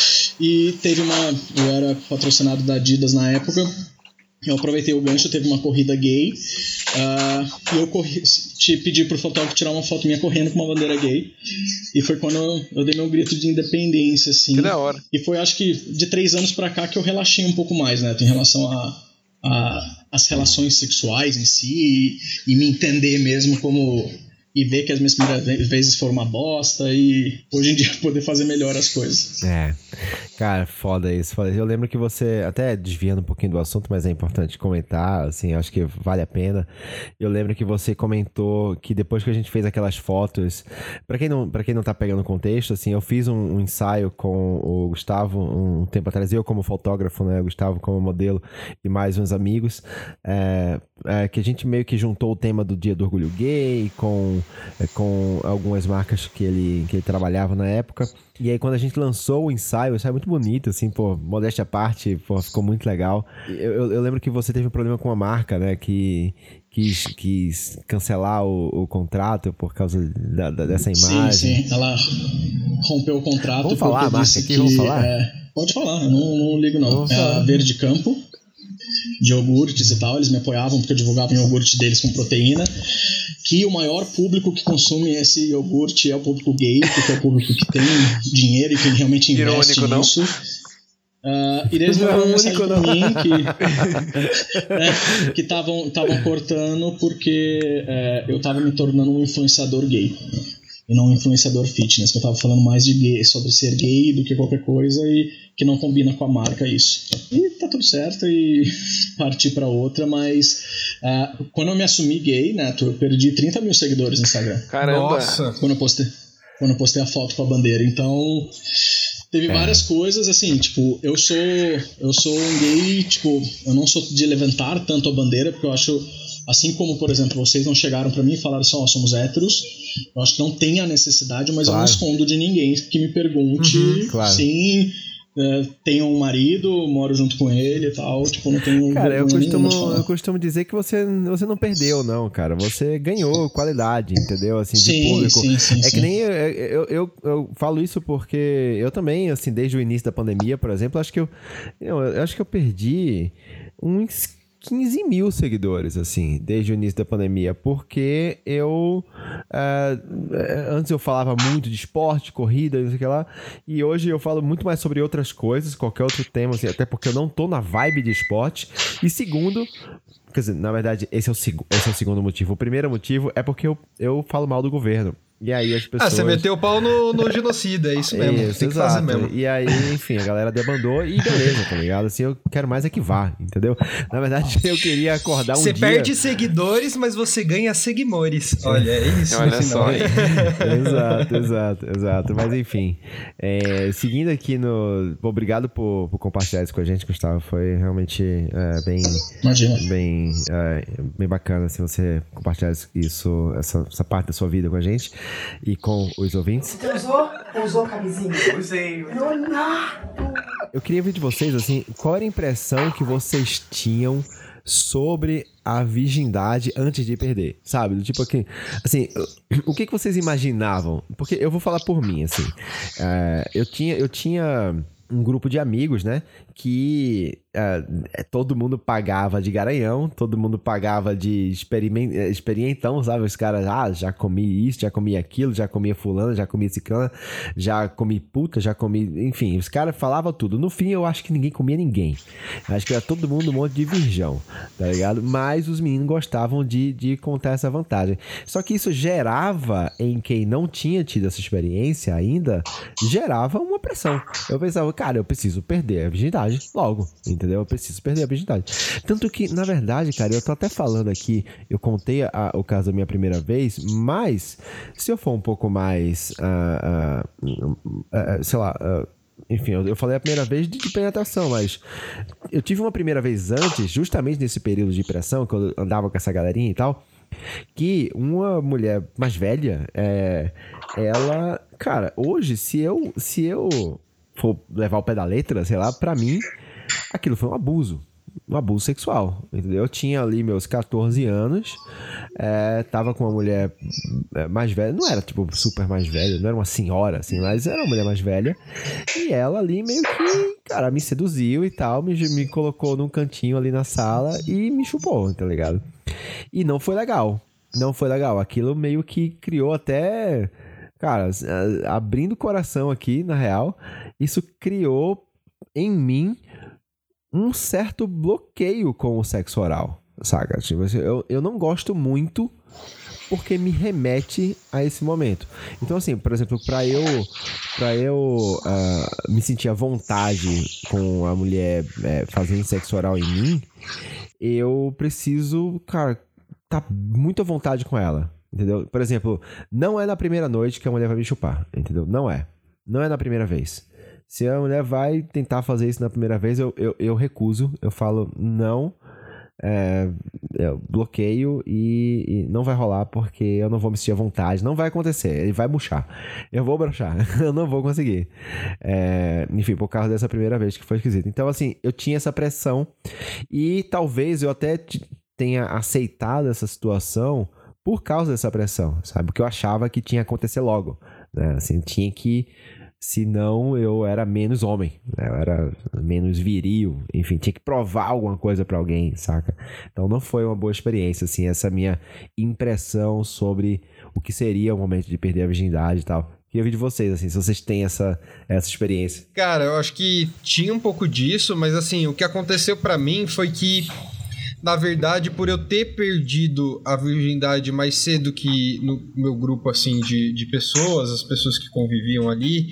E teve uma, eu era patrocinado da Adidas na época, eu aproveitei o gancho, teve uma corrida gay, uh, e eu corri, te pedi pro fotógrafo tirar uma foto minha correndo com uma bandeira gay, e foi quando eu, eu dei meu grito de independência, assim. Que da hora. E foi, acho que, de três anos pra cá que eu relaxei um pouco mais, né, em relação a, a as relações sexuais em si, e, e me entender mesmo como... E ver que as minhas primeiras vezes foram uma bosta e hoje em dia poder fazer melhor as coisas. É, cara, foda isso, foda. Eu lembro que você, até desviando um pouquinho do assunto, mas é importante comentar, assim, acho que vale a pena. Eu lembro que você comentou que depois que a gente fez aquelas fotos, pra quem não, pra quem não tá pegando o contexto, assim, eu fiz um, um ensaio com o Gustavo um tempo atrás, eu como fotógrafo, né, o Gustavo como modelo e mais uns amigos, é, é, que a gente meio que juntou o tema do Dia do Orgulho Gay com com algumas marcas que ele, que ele trabalhava na época. E aí quando a gente lançou o ensaio, o ensaio é muito bonito, assim, pô, modéstia à parte, pô, ficou muito legal. Eu, eu, eu lembro que você teve um problema com uma marca, né, que quis, quis cancelar o, o contrato por causa da, da, dessa imagem. Sim, sim, ela rompeu o contrato. Vamos falar a marca aqui, que, vamos falar? É, pode falar, eu não, não ligo não. Vamos é falar. A Verde Campo, de iogurtes e tal, eles me apoiavam porque eu divulgava o iogurte deles com proteína, que o maior público que consome esse iogurte é o público gay, porque é o público que tem dinheiro e que realmente investe Irônico, nisso. Uh, e eles mandaram uma mensagem pra mim que estavam é, cortando porque é, eu tava me tornando um influenciador gay e não um influenciador fitness, que eu tava falando mais de gay, sobre ser gay do que qualquer coisa e que não combina com a marca isso. E tá tudo certo e parti pra outra, mas uh, quando eu me assumi gay, né, eu perdi trinta mil seguidores no Instagram. Caramba! Nossa. Quando eu postei, quando eu postei a foto com a bandeira, então... Teve é. várias coisas, assim, tipo, eu sou eu sou um gay, tipo, eu não sou de levantar tanto a bandeira, porque eu acho, assim como, por exemplo, vocês não chegaram pra mim e falaram assim, ó, oh, somos héteros, eu acho que não tem a necessidade, mas claro. Eu não escondo de ninguém que me pergunte, uhum, claro. Sim, é, tenho um marido, moro junto com ele e tal, tipo, não tenho... Cara, eu costumo, eu costumo dizer que você, você não perdeu, não, cara, você ganhou qualidade, entendeu, assim, de sim, público. Sim, sim, é sim. que nem, eu, eu, eu, eu falo isso porque eu também, assim, desde o início da pandemia, por exemplo, acho que eu, eu, eu acho que eu perdi uns quinze mil seguidores, assim, desde o início da pandemia, porque eu uh, antes eu falava muito de esporte, corrida, não sei o que lá, e hoje eu falo muito mais sobre outras coisas, qualquer outro tema, assim, até porque eu não tô na vibe de esporte, e segundo, quer dizer, na verdade, esse é o, seg- esse é o segundo motivo. O primeiro motivo é porque eu, eu falo mal do governo. E aí as pessoas... Ah, você meteu o pau no, no genocida, é isso mesmo. Isso, tem que exato. fazer mesmo. E aí, enfim, a galera debandou e beleza, tá ligado? Assim, eu quero mais é que vá, entendeu? Na verdade, eu queria acordar um você dia... Você perde seguidores, mas você ganha seguimores. Olha, é isso. Olha só. Exato, exato, exato. Mas enfim, é, seguindo aqui no... Obrigado por, por compartilhar isso com a gente, Gustavo. Foi realmente é, bem... Imagina. Bem, é, bem bacana, assim, você compartilhar isso, essa, essa parte da sua vida com a gente. E com os ouvintes. Você usou? Usou camisinha? Usei. Leonardo! Eu queria ouvir de vocês, assim, qual era a impressão que vocês tinham sobre a virgindade antes de perder, sabe? Do tipo aqui, assim, o que que vocês imaginavam? Porque eu vou falar por mim, assim, é, eu tinha, eu tinha um grupo de amigos, né, que uh, todo mundo pagava de garanhão, todo mundo pagava de experiment, experimentão, sabe? Os caras, ah, já comi isso, já comi aquilo, já comia fulano, já comi ciclano, já comi puta, já comi... Enfim, os caras falavam tudo. No fim, eu acho que ninguém comia ninguém. Acho que era todo mundo um monte de virgão, tá ligado? Mas os meninos gostavam de, de contar essa vantagem. Só que isso gerava, em quem não tinha tido essa experiência ainda, gerava uma pressão. Eu pensava, cara, eu preciso perder a virgindade logo, entendeu? Eu preciso perder a virgindade. Tanto que, na verdade, cara, eu tô até falando aqui, eu contei a, o caso da minha primeira vez, mas se eu for um pouco mais, uh, uh, uh, sei lá... Uh, Enfim, eu, eu falei a primeira vez de, de penetração, mas eu tive uma primeira vez antes, justamente nesse período de pressão, que eu andava com essa galerinha e tal, que uma mulher mais velha, é, ela... Cara, hoje, se eu, se eu for levar o pé da letra, sei lá, pra mim, aquilo foi um abuso. Um abuso sexual, entendeu? Eu tinha ali meus catorze anos, é, tava com uma mulher mais velha, não era tipo super mais velha, não era uma senhora assim, mas era uma mulher mais velha, e ela ali meio que, cara, me seduziu e tal, me, me colocou num cantinho ali na sala e me chupou, tá ligado? E não foi legal, não foi legal, aquilo meio que criou até, cara, abrindo o coração aqui, na real, isso criou em mim um certo bloqueio com o sexo oral, saca? Tipo, eu, eu não gosto muito porque me remete a esse momento. Então, assim, por exemplo, pra eu, pra eu uh, me sentir à vontade com a mulher é, fazendo sexo oral em mim, eu preciso, cara, tá muito à vontade com ela, entendeu? Por exemplo, não é na primeira noite que a mulher vai me chupar, entendeu? Não é. Não é na primeira vez. Se a mulher vai tentar fazer isso na primeira vez, eu, eu, eu recuso. Eu falo não, é, eu bloqueio e, e não vai rolar porque eu não vou me sentir à vontade. Não vai acontecer, ele vai murchar. Eu vou broxar, eu não vou conseguir. É, enfim, por causa dessa primeira vez que foi esquisito. Então, assim, eu tinha essa pressão e talvez eu até tenha aceitado essa situação por causa dessa pressão, sabe? Porque eu achava que tinha que acontecer logo, né? Assim, tinha que... Senão eu era menos homem, né? Eu era menos viril, enfim, tinha que provar alguma coisa pra alguém, saca? Então não foi uma boa experiência, assim, essa minha impressão sobre o que seria o momento de perder a virgindade e tal. Queria ver de vocês, assim, se vocês têm essa, essa experiência. Cara, eu acho que tinha um pouco disso, mas assim, o que aconteceu pra mim foi que, na verdade, por eu ter perdido a virgindade mais cedo que no meu grupo, assim, de, de pessoas, as pessoas que conviviam ali,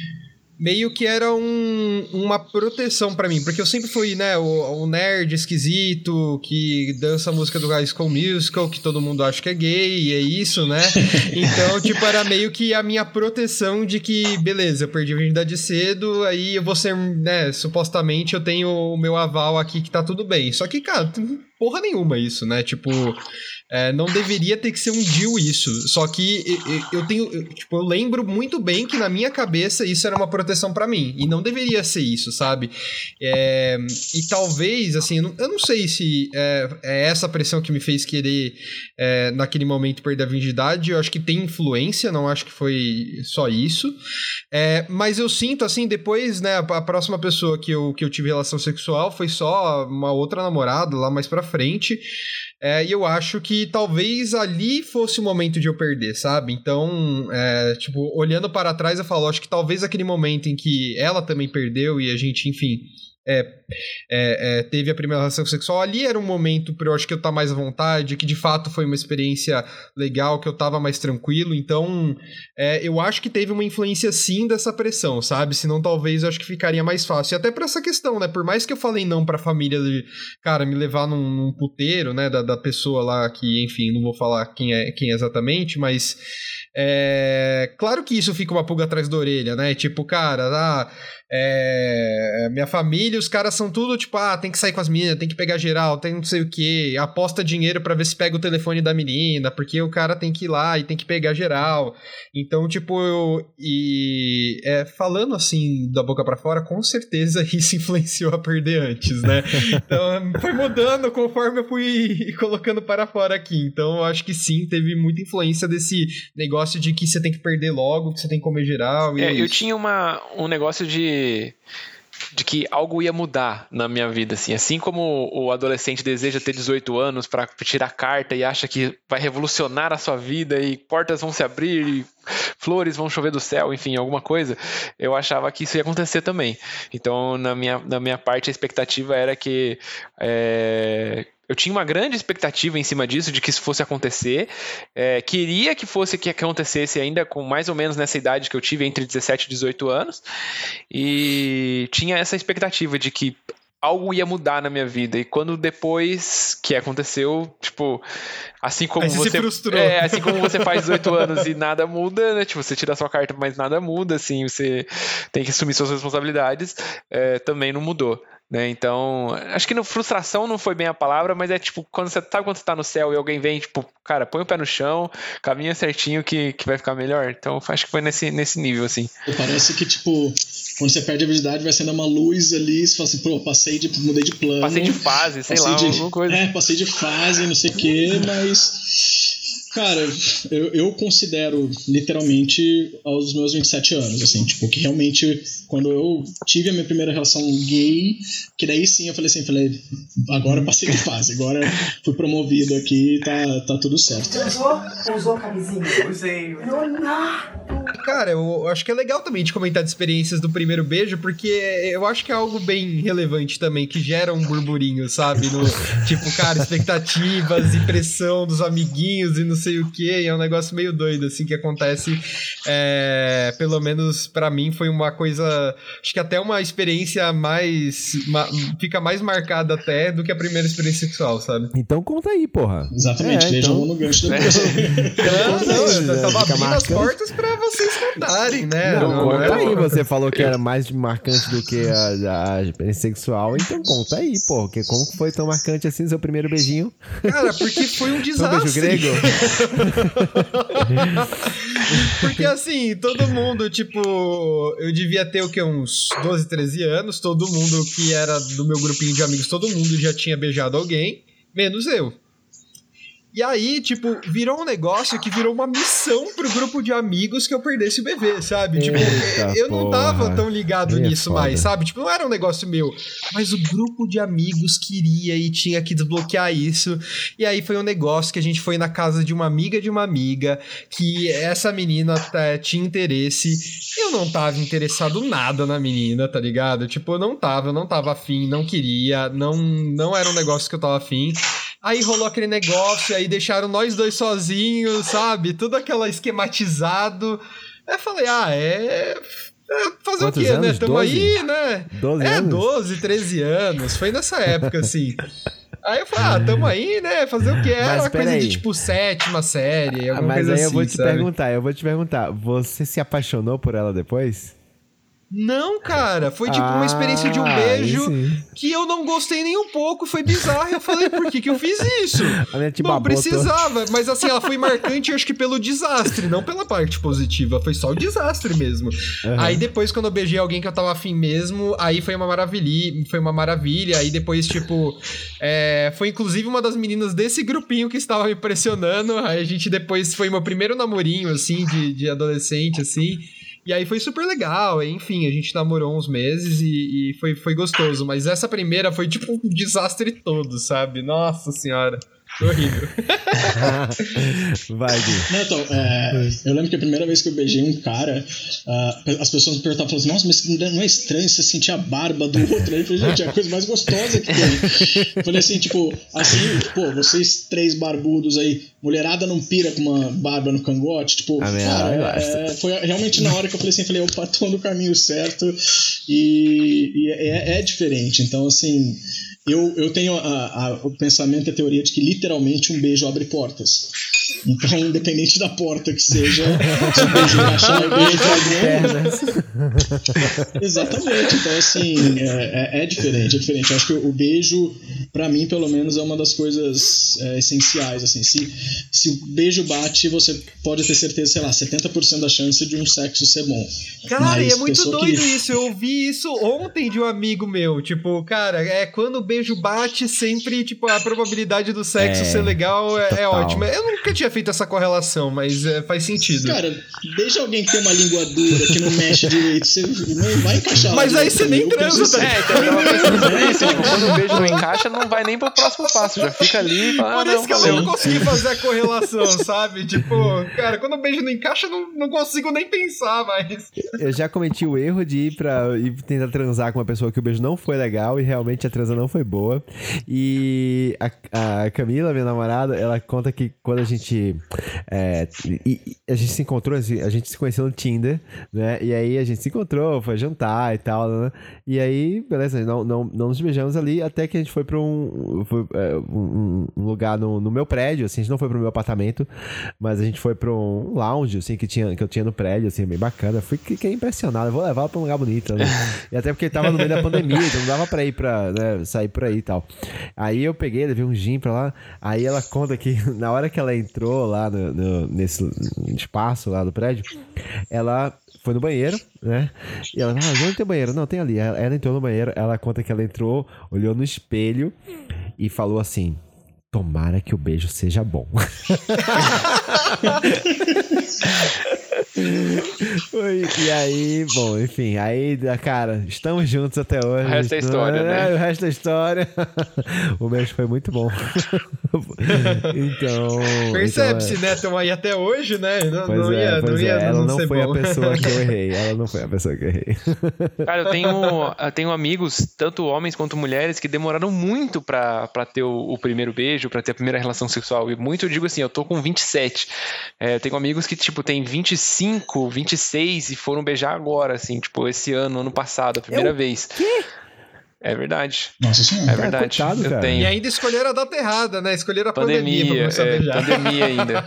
meio que era um, uma proteção pra mim, porque eu sempre fui, né, o, o nerd esquisito, que dança a música do High School Musical, que todo mundo acha que é gay, e é isso, né? Então, tipo, era meio que a minha proteção de que, beleza, eu perdi a virgindade cedo, aí eu vou ser, né, supostamente eu tenho o meu aval aqui que tá tudo bem. Só que, cara, porra nenhuma isso, né? Tipo... É, não deveria ter que ser um deal isso. Só que eu, eu tenho... Eu, tipo, eu lembro muito bem que na minha cabeça isso era uma proteção pra mim. E não deveria ser isso, sabe? É, e talvez, assim... Eu não, eu não sei se é, é essa pressão que me fez querer, é, naquele momento, perder a virgindade. Eu acho que tem influência. Não acho que foi só isso. É, mas eu sinto, assim, depois, né? A, a próxima pessoa que eu, que eu tive relação sexual foi só uma outra namorada lá mais pra frente. É, e eu acho que talvez ali fosse o momento de eu perder, sabe? Então, é, tipo, olhando para trás, eu falo, acho que talvez aquele momento em que ela também perdeu e a gente, enfim, é, é, é, teve a primeira relação sexual, ali era um momento pra eu acho que eu estar mais à vontade, que de fato foi uma experiência legal, que eu tava mais tranquilo, então é, eu acho que teve uma influência sim dessa pressão, sabe? Senão talvez eu acho que ficaria mais fácil, e até pra essa questão, né? Por mais que eu falei não pra família de, cara, me levar num, num puteiro, né, da, da pessoa lá que, enfim, não vou falar quem é, quem é exatamente, mas é, claro que isso fica uma pulga atrás da orelha, né? Tipo, cara, ah, é, minha família, os caras são tudo tipo, ah, tem que sair com as meninas, tem que pegar geral, tem não sei o que, aposta dinheiro pra ver se pega o telefone da menina, porque o cara tem que ir lá e tem que pegar geral. Então, tipo, eu, e é, falando assim da boca pra fora, com certeza isso influenciou a perder antes, né? Então foi mudando conforme eu fui colocando para fora aqui. Então eu acho que sim, teve muita influência desse negócio de que você tem que perder logo, que você tem que comer geral. E é, é eu isso. tinha uma, um negócio de de que algo ia mudar na minha vida, assim. Assim como o adolescente deseja ter dezoito anos para tirar carta e acha que vai revolucionar a sua vida e portas vão se abrir e flores vão chover do céu, enfim, alguma coisa, eu achava que isso ia acontecer também. Então, na minha, na minha parte, a expectativa era que é, eu tinha uma grande expectativa em cima disso, de que isso fosse acontecer, é, queria que fosse que acontecesse ainda com mais ou menos nessa idade que eu tive, entre dezessete e dezoito anos, e tinha essa expectativa de que algo ia mudar na minha vida. E quando depois que aconteceu, tipo, assim como Aí você, você se frustrou. É, assim como você faz dezoito anos e nada muda, né? Tipo, você tira a sua carta, mas nada muda, assim, você tem que assumir suas responsabilidades, é, também não mudou. Né? Então, acho que no, frustração não foi bem a palavra, mas é tipo, quando você sabe quando você tá no céu e alguém vem, tipo, cara, põe o pé no chão, caminha certinho que, que vai ficar melhor. Então, acho que foi nesse, nesse nível, assim. Parece que, tipo, quando você perde a habilidade, vai sendo uma luz ali, você fala assim, pô, passei de, mudei de plano. Passei de fase, sei lá, de, alguma coisa. É, passei de fase, não sei o quê, mas... Cara, eu, eu considero literalmente aos meus vinte e sete anos, assim, tipo, que realmente quando eu tive a minha primeira relação gay, que daí sim eu falei assim, falei, agora eu passei de fase, agora fui promovido aqui, tá, tá tudo certo. Você usou? Usou camisinha? Usei. Leonardo! Cara, eu acho que é legal também de comentar de experiências do primeiro beijo, porque eu acho que é algo bem relevante também, que gera um burburinho, sabe? No, tipo, cara, expectativas e pressão dos amiguinhos e não sei o que, é um negócio meio doido, assim, que acontece, é, pelo menos pra mim foi uma coisa, acho que até uma experiência mais, ma, fica mais marcada até do que a primeira experiência sexual, sabe? Então conta aí, porra. Exatamente, é, deixa então... eu no gancho do é. Não, não, eu tava abrindo marcante. as portas pra vocês contarem, né? Não, não, conta não aí, é... você falou que era mais marcante do que a, a experiência sexual, então conta aí, pô, que como foi tão marcante assim seu primeiro beijinho? Cara, porque foi um desastre. Foi um beijo grego? Porque assim, todo mundo, tipo, eu devia ter o que, uns doze, treze anos, todo mundo que era do meu grupinho de amigos, todo mundo já tinha beijado alguém, menos eu. E aí, tipo, virou um negócio que virou uma missão pro grupo de amigos que eu perdesse o bebê, sabe? Tipo, Eita, eu não tava porra. tão ligado Aí é nisso foda. mais, sabe? Tipo, não era um negócio meu. Mas o grupo de amigos queria e tinha que desbloquear isso. E aí foi um negócio que a gente foi na casa de uma amiga de uma amiga, que essa menina tá, tinha interesse. Eu não tava interessado nada na menina, tá ligado? Tipo, eu não tava, eu não tava afim, não queria, não, não era um negócio que eu tava afim. Aí rolou aquele negócio, aí deixaram nós dois sozinhos, sabe? Tudo aquela esquematizado. Aí eu falei, ah, é... é fazer Quantos o quê, anos? né? Tamo doze? aí, né? doze É, anos? doze, treze anos. Foi nessa época, assim. Aí eu falei, ah, tamo aí, né? Fazer o quê? Era Mas uma coisa peraí. de, tipo, sétima série, Ah, alguma mas coisa aí assim, eu vou te sabe? perguntar, eu vou te perguntar, você se apaixonou por ela depois? Não, cara, foi tipo Ah, uma experiência de um aí beijo sim. que eu não gostei nem um pouco, foi bizarro. Eu falei, por que que eu fiz isso? A minha te Não babou precisava, mas assim, ela foi marcante, acho que pelo desastre, não pela parte positiva, foi só o desastre mesmo. Uhum. Aí depois, quando eu beijei alguém que eu tava afim mesmo, aí foi uma maravilha, foi uma maravilha, aí depois, tipo, é, foi inclusive uma das meninas desse grupinho que estava me pressionando, aí a gente depois, foi meu primeiro namorinho, assim, de, de adolescente, assim... E aí foi super legal, enfim, a gente namorou uns meses e, e foi, foi gostoso. Mas essa primeira foi tipo um desastre todo, sabe? Nossa senhora, foi horrível. Vai, Gui. Não, então, é, eu lembro que a primeira vez que eu beijei um cara, uh, as pessoas me perguntavam, falavam assim, nossa, mas não é estranho você sentir a barba do outro? Aí eu falei, gente, é a coisa mais gostosa que tem. Eu falei assim, tipo, assim, pô, vocês três barbudos aí, mulherada não pira com uma barba no cangote? Tipo, A minha cara, eu acho. é, foi realmente na hora que eu falei assim, falei, opa, tô no caminho certo e, e é, é diferente. Então, assim... Eu, eu tenho a, a, o pensamento e a teoria de que literalmente um beijo abre portas. Então, independente da porta que seja, se o beijo encaixar no beijo algum. Exatamente. Então, assim, é, é, é diferente, é diferente. Eu acho que o beijo, pra mim, pelo menos, é uma das coisas é, essenciais. Assim, se, se o beijo bate, você pode ter certeza, sei lá, setenta por cento da chance de um sexo ser bom. Cara, Mas e é muito pessoa doido que... isso. Eu ouvi isso ontem de um amigo meu. Tipo, cara, é quando o beijo bate, sempre, tipo, a probabilidade do sexo É, ser legal é, é total. ótima. Eu nunca tinha tinha feito essa correlação, mas é, faz sentido. Cara, deixa alguém que tem uma língua dura, que não mexe direito, você não vai encaixar. Mas aí você nem transa, tá? É, então eu pensando nisso, tipo, quando o beijo não encaixa, não vai nem pro próximo passo, já fica ali e fala, Por ah, isso não, que eu valeu. não consegui fazer a correlação, sabe? Tipo, cara, quando o beijo não encaixa, não, não consigo nem pensar mais. Eu já cometi o erro de ir pra ir tentar transar com uma pessoa que o beijo não foi legal e realmente a transa não foi boa. E a, a Camila, minha namorada, ela conta que quando a gente é, e, e a gente se encontrou, a gente se conheceu no Tinder, né? E aí a gente se encontrou, foi jantar e tal, né? E aí, beleza, não, não, não nos beijamos ali até que a gente foi pra um, foi, é, um, um lugar no, no meu prédio, assim, a gente não foi pro meu apartamento, mas a gente foi pra um lounge, assim, que, tinha, que eu tinha no prédio, assim, bem bacana. Fui fiquei impressionado, eu vou levar ela pra um lugar bonito, né? E até porque tava no meio da pandemia, então não dava pra ir pra, né, sair por aí e tal. Aí eu peguei, levei um gin pra lá, aí ela conta que na hora que ela entrou lá no, no, nesse espaço lá do prédio, ela foi no banheiro, né? E ela, ah, onde tem banheiro? Não, tem ali. Ela, ela entrou no banheiro, ela conta que ela entrou, olhou no espelho e falou assim: tomara que o beijo seja bom. E aí, bom, enfim, aí, cara, estamos juntos até hoje. O resto é história, né? O resto é história. O beijo foi muito bom. Então. Percebe-se, então, né? Estamos aí até hoje, né? Não, pois não é, ia, pois não ia é. Ela não, não ser foi bom. a pessoa que eu errei. Ela não foi a pessoa que eu errei. Cara, eu tenho, eu tenho amigos, tanto homens quanto mulheres, que demoraram muito pra, pra ter o, o primeiro beijo, pra ter a primeira relação sexual. E muito eu digo assim, eu tô com vinte e sete. É, eu tenho amigos que, tipo, tem vinte e cinco, vinte e seis e foram beijar agora, assim, tipo, esse ano, ano passado, a primeira Eu... vez. Quê? É verdade. Nossa senhora. É verdade. Cara, coitado, eu cara. tenho. E ainda escolheram a data errada, né? Escolheram a pandemia, Pandemia, pra começar a é, beijar. pandemia ainda.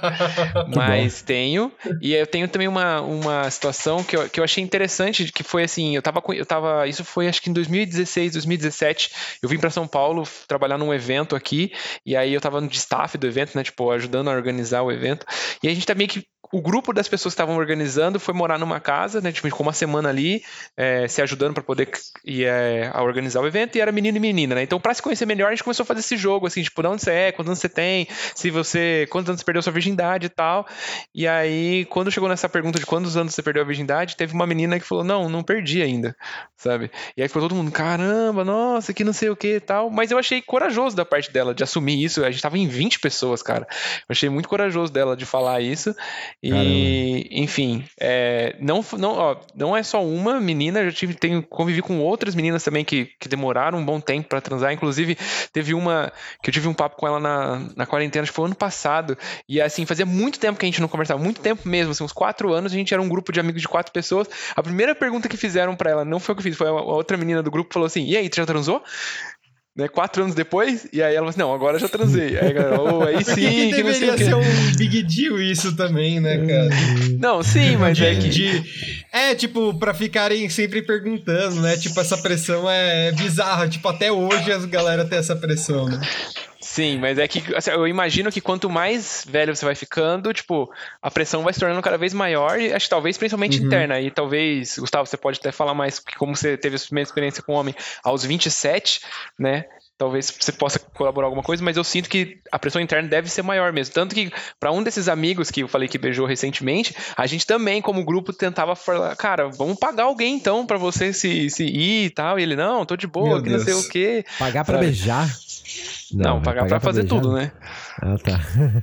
Mas tenho. E eu tenho também uma, uma situação que eu, que eu achei interessante, que foi assim, eu tava, eu tava. Isso foi acho que em dois mil e dezesseis, dois mil e dezessete. Eu vim pra São Paulo trabalhar num evento aqui. E aí eu tava no staff do evento, né? Tipo, ajudando a organizar o evento. E a gente tá meio que. O grupo das pessoas que estavam organizando foi morar numa casa, né? Tipo, ficou uma semana ali, é, se ajudando para poder ir, é, a organizar o evento, e era menino e menina, né? Então, para se conhecer melhor, a gente começou a fazer esse jogo, assim, tipo, de onde você é, quantos anos você tem, se você, quantos anos você perdeu sua virgindade e tal. E aí, quando chegou nessa pergunta de quantos anos você perdeu a virgindade, teve uma menina que falou, não, não perdi ainda, sabe? E aí ficou todo mundo, caramba, nossa, que não sei o que e tal. Mas eu achei corajoso da parte dela de assumir isso. A gente tava em vinte pessoas, cara. Eu achei muito corajoso dela de falar isso. E, Caramba. enfim, é, não, não, ó, não é só uma menina, eu já tive, tenho, convivi com outras meninas também que, que demoraram um bom tempo pra transar. Inclusive, teve uma que eu tive um papo com ela na, na quarentena, acho que foi ano passado. E assim, fazia muito tempo que a gente não conversava, muito tempo mesmo, assim, uns quatro anos, a gente era um grupo de amigos de quatro pessoas. A primeira pergunta que fizeram pra ela, não foi o que eu fiz, foi a outra menina do grupo que falou assim: e aí, tu já transou? Né, quatro anos depois, e aí ela falou assim, não, agora já transei. Aí, cara, oh, aí sim, que, que deveria que ser um big deal isso também, né, cara? Não, sim, mas de, é que... De, é, tipo, pra ficarem sempre perguntando, né? Tipo, essa pressão é bizarra. Tipo, até hoje as galera tem essa pressão, né? Sim, mas é que assim, eu imagino que quanto mais velho você vai ficando, tipo, a pressão vai se tornando cada vez maior, e acho que talvez principalmente uhum. interna. E talvez, Gustavo, você pode até falar mais como você teve a sua primeira experiência com o homem aos vinte e sete, né? Talvez você possa colaborar alguma coisa, mas eu sinto que a pressão interna deve ser maior mesmo. Tanto que, para um desses amigos que eu falei que beijou recentemente, a gente também, como grupo, tentava falar, cara, vamos pagar alguém então pra você se, se ir e tal. E ele, não, tô de boa, que não sei o quê. Pagar pra Sabe? beijar? Não, não pagar, pagar pra, pra fazer beijar, tudo, né? Ah, tá.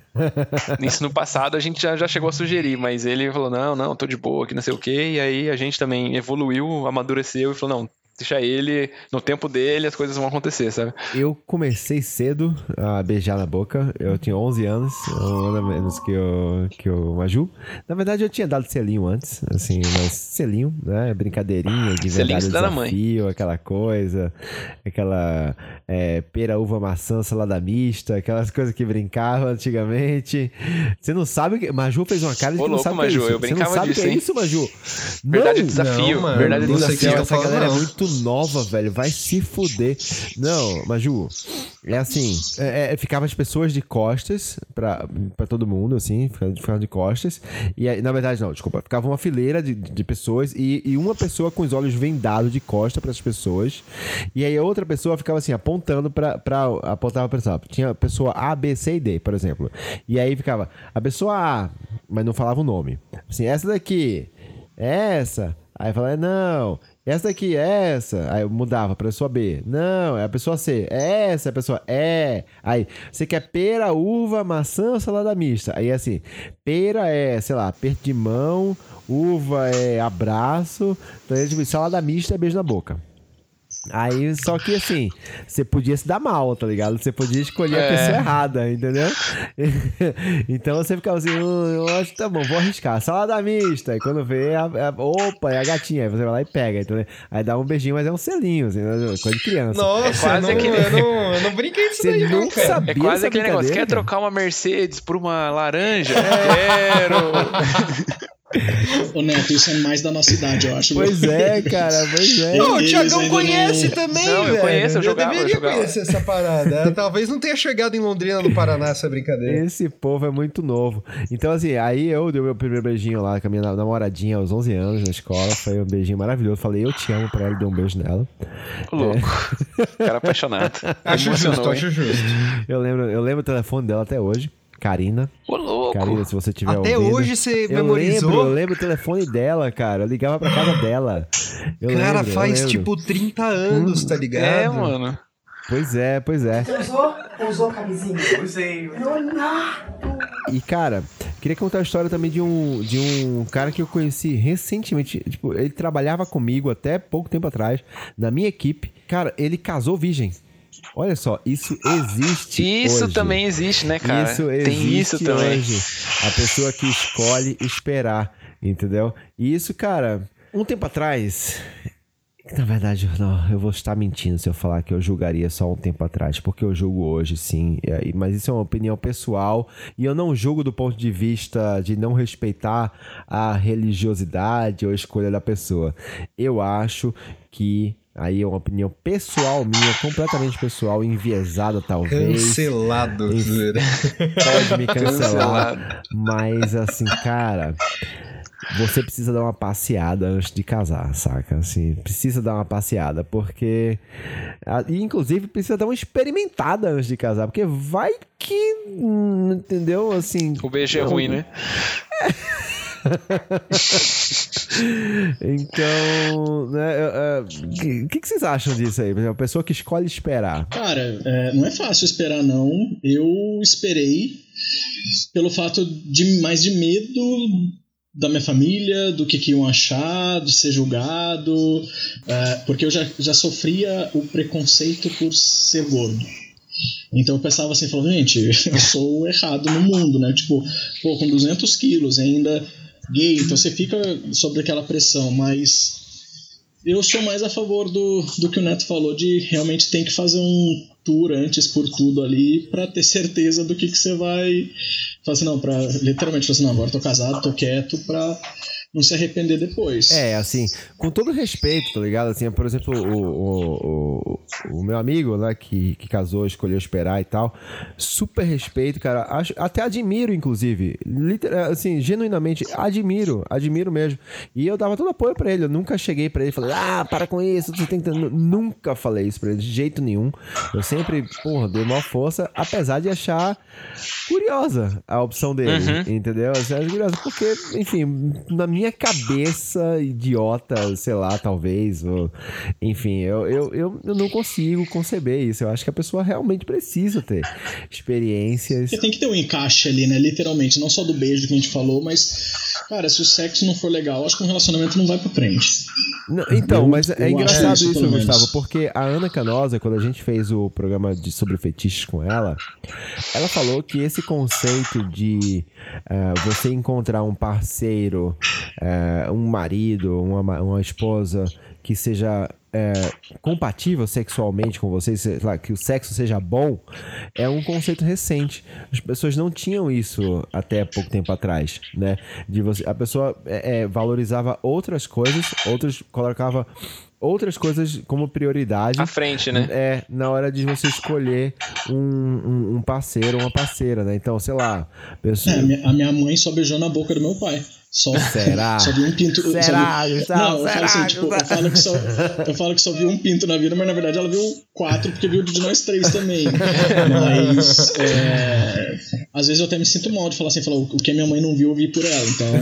Isso no passado a gente já, já chegou a sugerir, mas ele falou, não, não, tô de boa, que não sei o quê. E aí a gente também evoluiu, amadureceu e falou, não, deixa ele, no tempo dele as coisas vão acontecer, sabe? Eu comecei cedo a beijar na boca, eu tinha onze anos, um ano a menos que o, que o Maju. Na verdade eu tinha dado selinho antes, assim, mas selinho, né, brincadeirinha, de verdade, desafio, aquela coisa, aquela é, pera, uva, maçã, salada mista, aquelas coisas que brincavam antigamente. Você não sabe o que... Maju fez uma cara de Ô, que não louco, sabe o Maju, que é isso. eu brincava Você não sabe o que é hein? isso, Maju? Verdade não, desafio, não, verdade não desafio. sei que essa galera não. é muito nova, velho. Vai se fuder. Não, Maju, é assim, é, é, ficava as pessoas de costas pra, pra todo mundo, assim, ficava de costas. E aí, na verdade, não, desculpa. Ficava uma fileira de, de pessoas e, e uma pessoa com os olhos vendados de costa pras pessoas. E aí a outra pessoa ficava assim, apontando pra... pra apontava pra pessoa. Tinha a pessoa A, B, C e D, por exemplo. E aí ficava a pessoa A, mas não falava o nome. Assim, essa daqui, essa. Aí falava, não... Essa daqui é essa. Aí eu mudava pra pessoa B. Não, é a pessoa C. É essa, é a pessoa é. Aí, você quer pera, uva, maçã ou salada mista? Aí assim, pera é, sei lá, aperto de mão, uva é abraço, então, é, tipo, salada mista é beijo na boca. Aí, só que assim, você podia se dar mal, tá ligado? Você podia escolher é. a pessoa errada, entendeu? Então você ficava assim, hum, eu acho que tá bom, vou arriscar. Salada mista. E quando vê, a, a, opa, é a gatinha. Aí você vai lá e pega, entendeu? Aí dá um beijinho, mas é um selinho, assim, coisa de criança. Nossa, é quase não, aquele... eu, não, eu não brinquei disso daí, não, cara. Sabia é quase aquele negócio, quer trocar uma Mercedes por uma laranja? É. Quero! Ô Neto, isso é mais da nossa idade, eu acho. Pois é, cara, pois é. Não, o Thiagão conhece não... também, não, velho. Eu conheço, eu jogava. Eu deveria eu jogava. conhecer essa parada. Talvez não tenha chegado em Londrina, no Paraná, essa brincadeira. Esse povo é muito novo. Então, assim, aí eu dei o meu primeiro beijinho lá com a minha namoradinha aos onze anos na escola. Foi um beijinho maravilhoso. Falei, eu te amo pra ela e dei um beijo nela. Louco. É. Cara apaixonado. Acho justo, acho justo. Eu lembro, eu lembro o telefone dela até hoje. Karina. Ô, louco. Karina, se você tiver Até ouvindo, hoje você eu memorizou? Lembro, eu lembro o telefone dela, cara. Eu ligava pra casa dela. Eu cara, lembro, faz eu tipo trinta anos, hum, tá ligado? É, mano. Pois é, pois é. Você usou? Usou camisinha? Usei. Leonardo. E, cara, queria contar a história também de um, de um cara que eu conheci recentemente. Tipo, ele trabalhava comigo até pouco tempo atrás, na minha equipe. Cara, ele casou virgem. Olha só, isso existe Isso hoje. também existe, né, cara? Isso existe Tem isso também. Hoje. A pessoa que escolhe esperar, entendeu? E isso, cara, um tempo atrás... Na verdade, não, eu vou estar mentindo se eu falar que eu julgaria só um tempo atrás, porque eu julgo hoje, sim. Mas isso é uma opinião pessoal e eu não julgo do ponto de vista de não respeitar a religiosidade ou a escolha da pessoa. Eu acho que... Aí é uma opinião pessoal minha, completamente pessoal, enviesada talvez. Cancelado. Enfim, pode me cancelar. Mas assim, cara, você precisa dar uma passeada antes de casar, saca? Assim, precisa dar uma passeada, porque... E inclusive precisa dar uma experimentada antes de casar, porque vai que... Entendeu? Assim... O beijo é ruim, né? Então, né, o uh, que, que, que vocês acham disso aí? A pessoa que escolhe esperar. Cara, é, não é fácil esperar, não. Eu esperei pelo fato de mais de medo da minha família, do que, que iam achar, de ser julgado, é, porque eu já, já sofria o preconceito por ser gordo. Então eu pensava assim, falando, gente, eu sou errado no mundo, né? Tipo, pô, com duzentos quilos ainda gay, então você fica sobre aquela pressão, mas eu sou mais a favor do, do que o Neto falou, de realmente tem que fazer um tour antes por tudo ali pra ter certeza do que, que você vai fazer, não, pra literalmente fazer, assim, não, agora tô casado, tô quieto pra não se arrepender depois. É, assim, com todo respeito, tá ligado? Assim, por exemplo, o, o, o, o meu amigo, né, que, que casou, escolheu esperar e tal, super respeito, cara, acho, até admiro, inclusive, literal, assim, genuinamente, admiro, admiro mesmo, e eu dava todo apoio pra ele, eu nunca cheguei pra ele e falei, ah, para com isso, você tem que... Nunca falei isso pra ele, de jeito nenhum, eu sempre, porra, dei uma força, apesar de achar curiosa a opção dele, uhum. entendeu? Assim, curiosa, porque, enfim, na minha minha cabeça idiota, sei lá, talvez, ou, enfim, eu, eu, eu, eu não consigo conceber isso. Eu acho que a pessoa realmente precisa ter experiências. Porque tem que ter um encaixe ali, né? Literalmente, não só do beijo que a gente falou, mas, cara, se o sexo não for legal, acho que um relacionamento não vai pra frente. Não, então, eu, mas é engraçado isso, isso Gustavo, porque a Ana Canosa, quando a gente fez o programa de sobre fetiches com ela, ela falou que esse conceito de uh, você encontrar um parceiro, uh, um marido, uma, uma esposa que seja é, compatível sexualmente com você, lá, que o sexo seja bom, é um conceito recente. As pessoas não tinham isso até pouco tempo atrás, né? De você, a pessoa é, é, valorizava outras coisas, outras colocava outras coisas como prioridade. À frente, né? É, na hora de você escolher um, um, um parceiro ou uma parceira, né? Então, sei lá... Pessoa... É, a minha mãe só beijou na boca do meu pai. Só, Será? Só vi um pinto. Será? Vi... Gustavo, não, eu será? falo assim, tipo, eu falo, que só, eu falo que só vi um pinto na vida, mas na verdade ela viu quatro, porque viu de nós três também. Mas é, às vezes eu até me sinto mal de falar assim, falar, o que a minha mãe não viu, eu vi por ela. Então.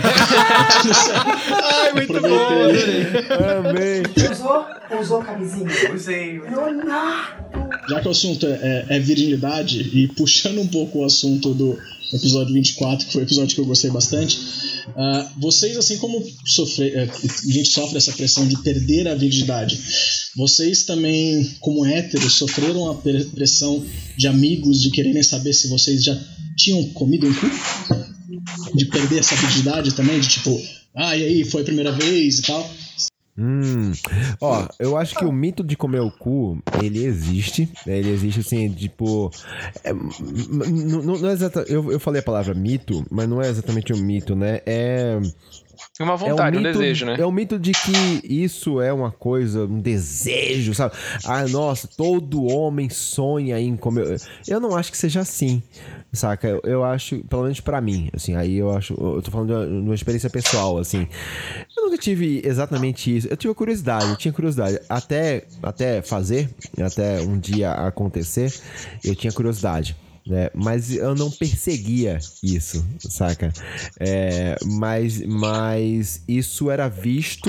Ai, muito bom! Amei! Usou? Usou camisinha? Usei. Leonardo! Já que o assunto é, é virginidade, e puxando um pouco o assunto do episódio vinte e quatro, que foi o episódio que eu gostei bastante, uh, vocês, assim como sofre, uh, a gente sofre essa pressão de perder a virgindade, vocês também, como héteros, sofreram a pressão de amigos de quererem saber se vocês já tinham comido um cu? De perder essa virgindade também? De tipo, ah, e aí, foi a primeira vez e tal? Hum, ó, eu acho que o mito de comer o cu, ele existe, né? Ele existe assim, tipo, é, não, não é exata, eu, eu falei a palavra mito, mas não é exatamente um mito, né? É... Uma vontade, é um, mito, um desejo, né? É um mito de que isso é uma coisa, um desejo, sabe? Ah, nossa, todo homem sonha em comer. Eu não acho que seja assim, saca? Eu, eu acho, pelo menos pra mim, assim, aí eu acho, eu tô falando de uma, de uma experiência pessoal, assim. Eu nunca tive exatamente isso. Eu tive curiosidade, eu tinha curiosidade. Até, até fazer, até um dia acontecer, eu tinha curiosidade. Né? Mas eu não perseguia isso, saca? É, mas, mas isso era visto,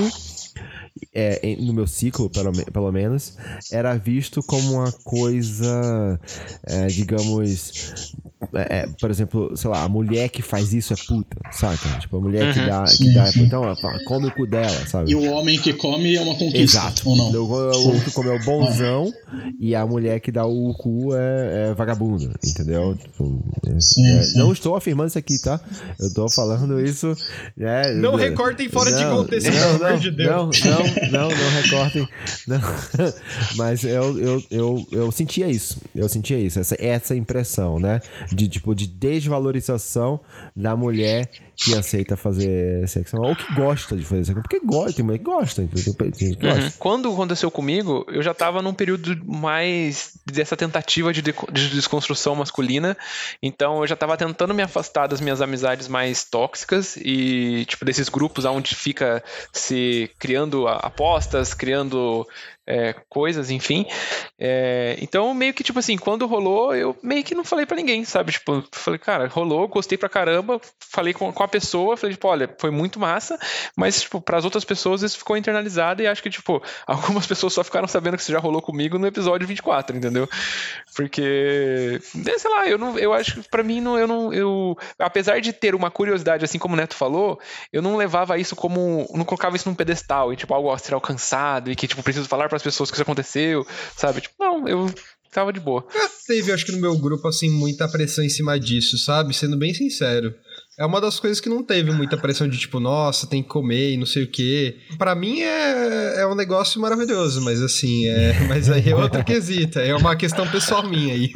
é, no meu ciclo, pelo, pelo menos, era visto como uma coisa, é, digamos... É, por exemplo, sei lá, a mulher que faz isso é puta, saca? Tipo, a mulher uhum, que dá, que dá então, ela fala, come o cu dela, sabe? E o homem que come é uma conquista. Exato. Ou não? O homem que come é o bonzão ah. e a mulher que dá o cu é, é vagabunda, entendeu? Tipo, é, sim, é, sim. Não estou afirmando isso aqui, tá? Eu tô falando isso. É, não é, recortem fora não, de contexto, pelo amor de Deus. Não, não, não, não recortem. Não. Mas eu, eu, eu, eu sentia isso. Eu sentia isso, essa, essa impressão, né? De tipo de desvalorização da mulher que aceita fazer sexo ou que gosta de fazer sexo, porque gosta, tem mulher que gosta, tem, tem, tem que gosta. Uhum. Quando aconteceu comigo, eu já tava num período mais dessa tentativa de, de, de desconstrução masculina, então eu já tava tentando me afastar das minhas amizades mais tóxicas e tipo desses grupos onde fica se criando apostas, criando É, coisas, enfim. É, então, meio que, tipo assim, quando rolou, eu meio que não falei pra ninguém, sabe? Tipo, falei, cara, rolou, gostei pra caramba, falei com, com a pessoa, falei, tipo, olha, foi muito massa, mas, tipo, pras outras pessoas isso ficou internalizado e acho que, tipo, algumas pessoas só ficaram sabendo que isso já rolou comigo no episódio vinte e quatro, entendeu? Porque, sei lá, eu não, eu acho que pra mim, não, eu não, eu, apesar de ter uma curiosidade, assim como o Neto falou, eu não levava isso como, não colocava isso num pedestal e, tipo, algo a ser alcançado e que, tipo, preciso falar pra as pessoas que isso aconteceu, sabe? Tipo, não, eu tava de boa. Ah, teve, acho que no meu grupo, assim, muita pressão em cima disso, sabe? Sendo bem sincero. É uma das coisas que não teve muita pressão de tipo, nossa, tem que comer e não sei o quê. Pra mim é, é um negócio maravilhoso, mas assim, é, mas aí é outra quesita, é uma questão pessoal minha aí.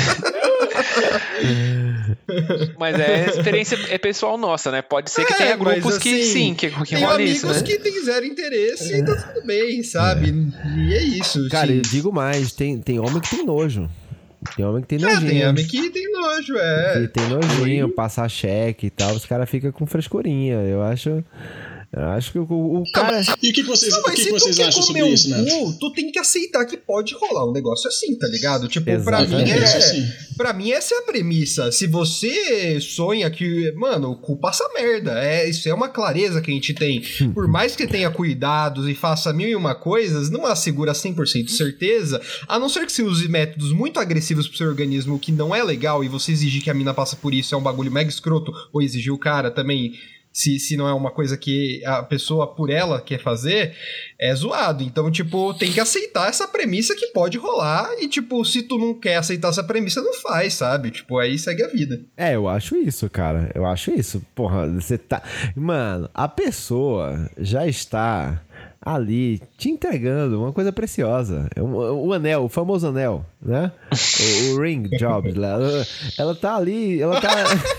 Mas é experiência é pessoal nossa, né? Pode ser que é, tenha grupos assim, que sim, que, que rola isso, né? Tem amigos que tem zero interesse e tá tudo bem, sabe? É. E é isso. Cara, sim. eu digo mais, tem, tem homem que tem nojo. Tem homem que tem nojinho. É, tem homem que tem nojo, é. Que tem nojinho, passar cheque e tal, os caras ficam com frescurinha. Eu acho... Eu acho que o, o cara... Não, e o que vocês, não, o que que vocês acham sobre isso, né? Cu, tu tem que aceitar que pode rolar um negócio assim, tá ligado? Tipo, Exatamente. pra mim é... Assim. Pra mim essa é a premissa. Se você sonha que... Mano, o cu passa merda. É, isso é uma clareza que a gente tem. Por mais que tenha cuidados e faça mil e uma coisas, não assegura cem por cento de certeza. A não ser que você use métodos muito agressivos pro seu organismo, que não é legal, e você exigir que a mina passe por isso é um bagulho mega escroto, ou exigir o cara também... Se, se não é uma coisa que a pessoa por ela quer fazer, é zoado. Então, tipo, tem que aceitar essa premissa que pode rolar. E, tipo, se tu não quer aceitar essa premissa, não faz, sabe? Tipo, aí segue a vida. É, eu acho isso, cara. Eu acho isso. Porra, você tá... Mano, a pessoa já está ali te entregando uma coisa preciosa. O, o anel, o famoso anel. né? O, o ring job. Ela, ela tá ali, ela tá...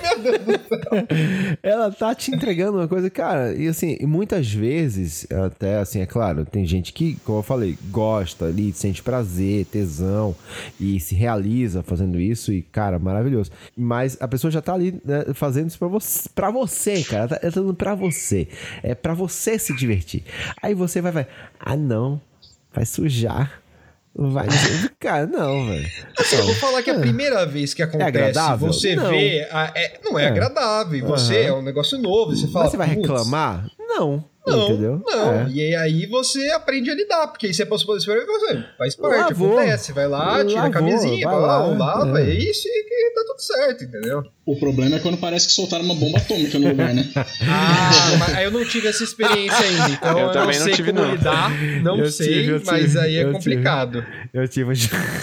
ela tá te entregando uma coisa, cara, e assim, e muitas vezes, até assim, é claro, tem gente que, como eu falei, gosta ali, sente prazer, tesão, e se realiza fazendo isso, e, cara, maravilhoso. Mas a pessoa já tá ali, né, fazendo isso pra você, pra você, cara, ela tá, ela tá dando pra você. É pra você se divertir. Aí você vai, vai, ah, não, vai sujar. Vai, cara, não, velho. Assim, eu vou falar que a primeira vez que acontece, é agradável? Você não. vê, a, é, não é, é agradável, e você uhum. é um negócio novo, você fala... Mas você vai reclamar? Não. Não, entendeu? não. É. E aí você aprende a lidar, porque aí você pode fazer você faz parte, Lavou. acontece, vai lá, tira Lavou, a camisinha, vai lá, lava, é. é isso e que tá tudo certo, entendeu? O problema é quando parece que soltaram uma bomba atômica no lugar, né? Ah, mas aí eu não tive essa experiência ainda, então eu, eu também não sei não tive, como não. lidar, não eu sei, tive, tive, mas aí é complicado. Tive. Eu tive...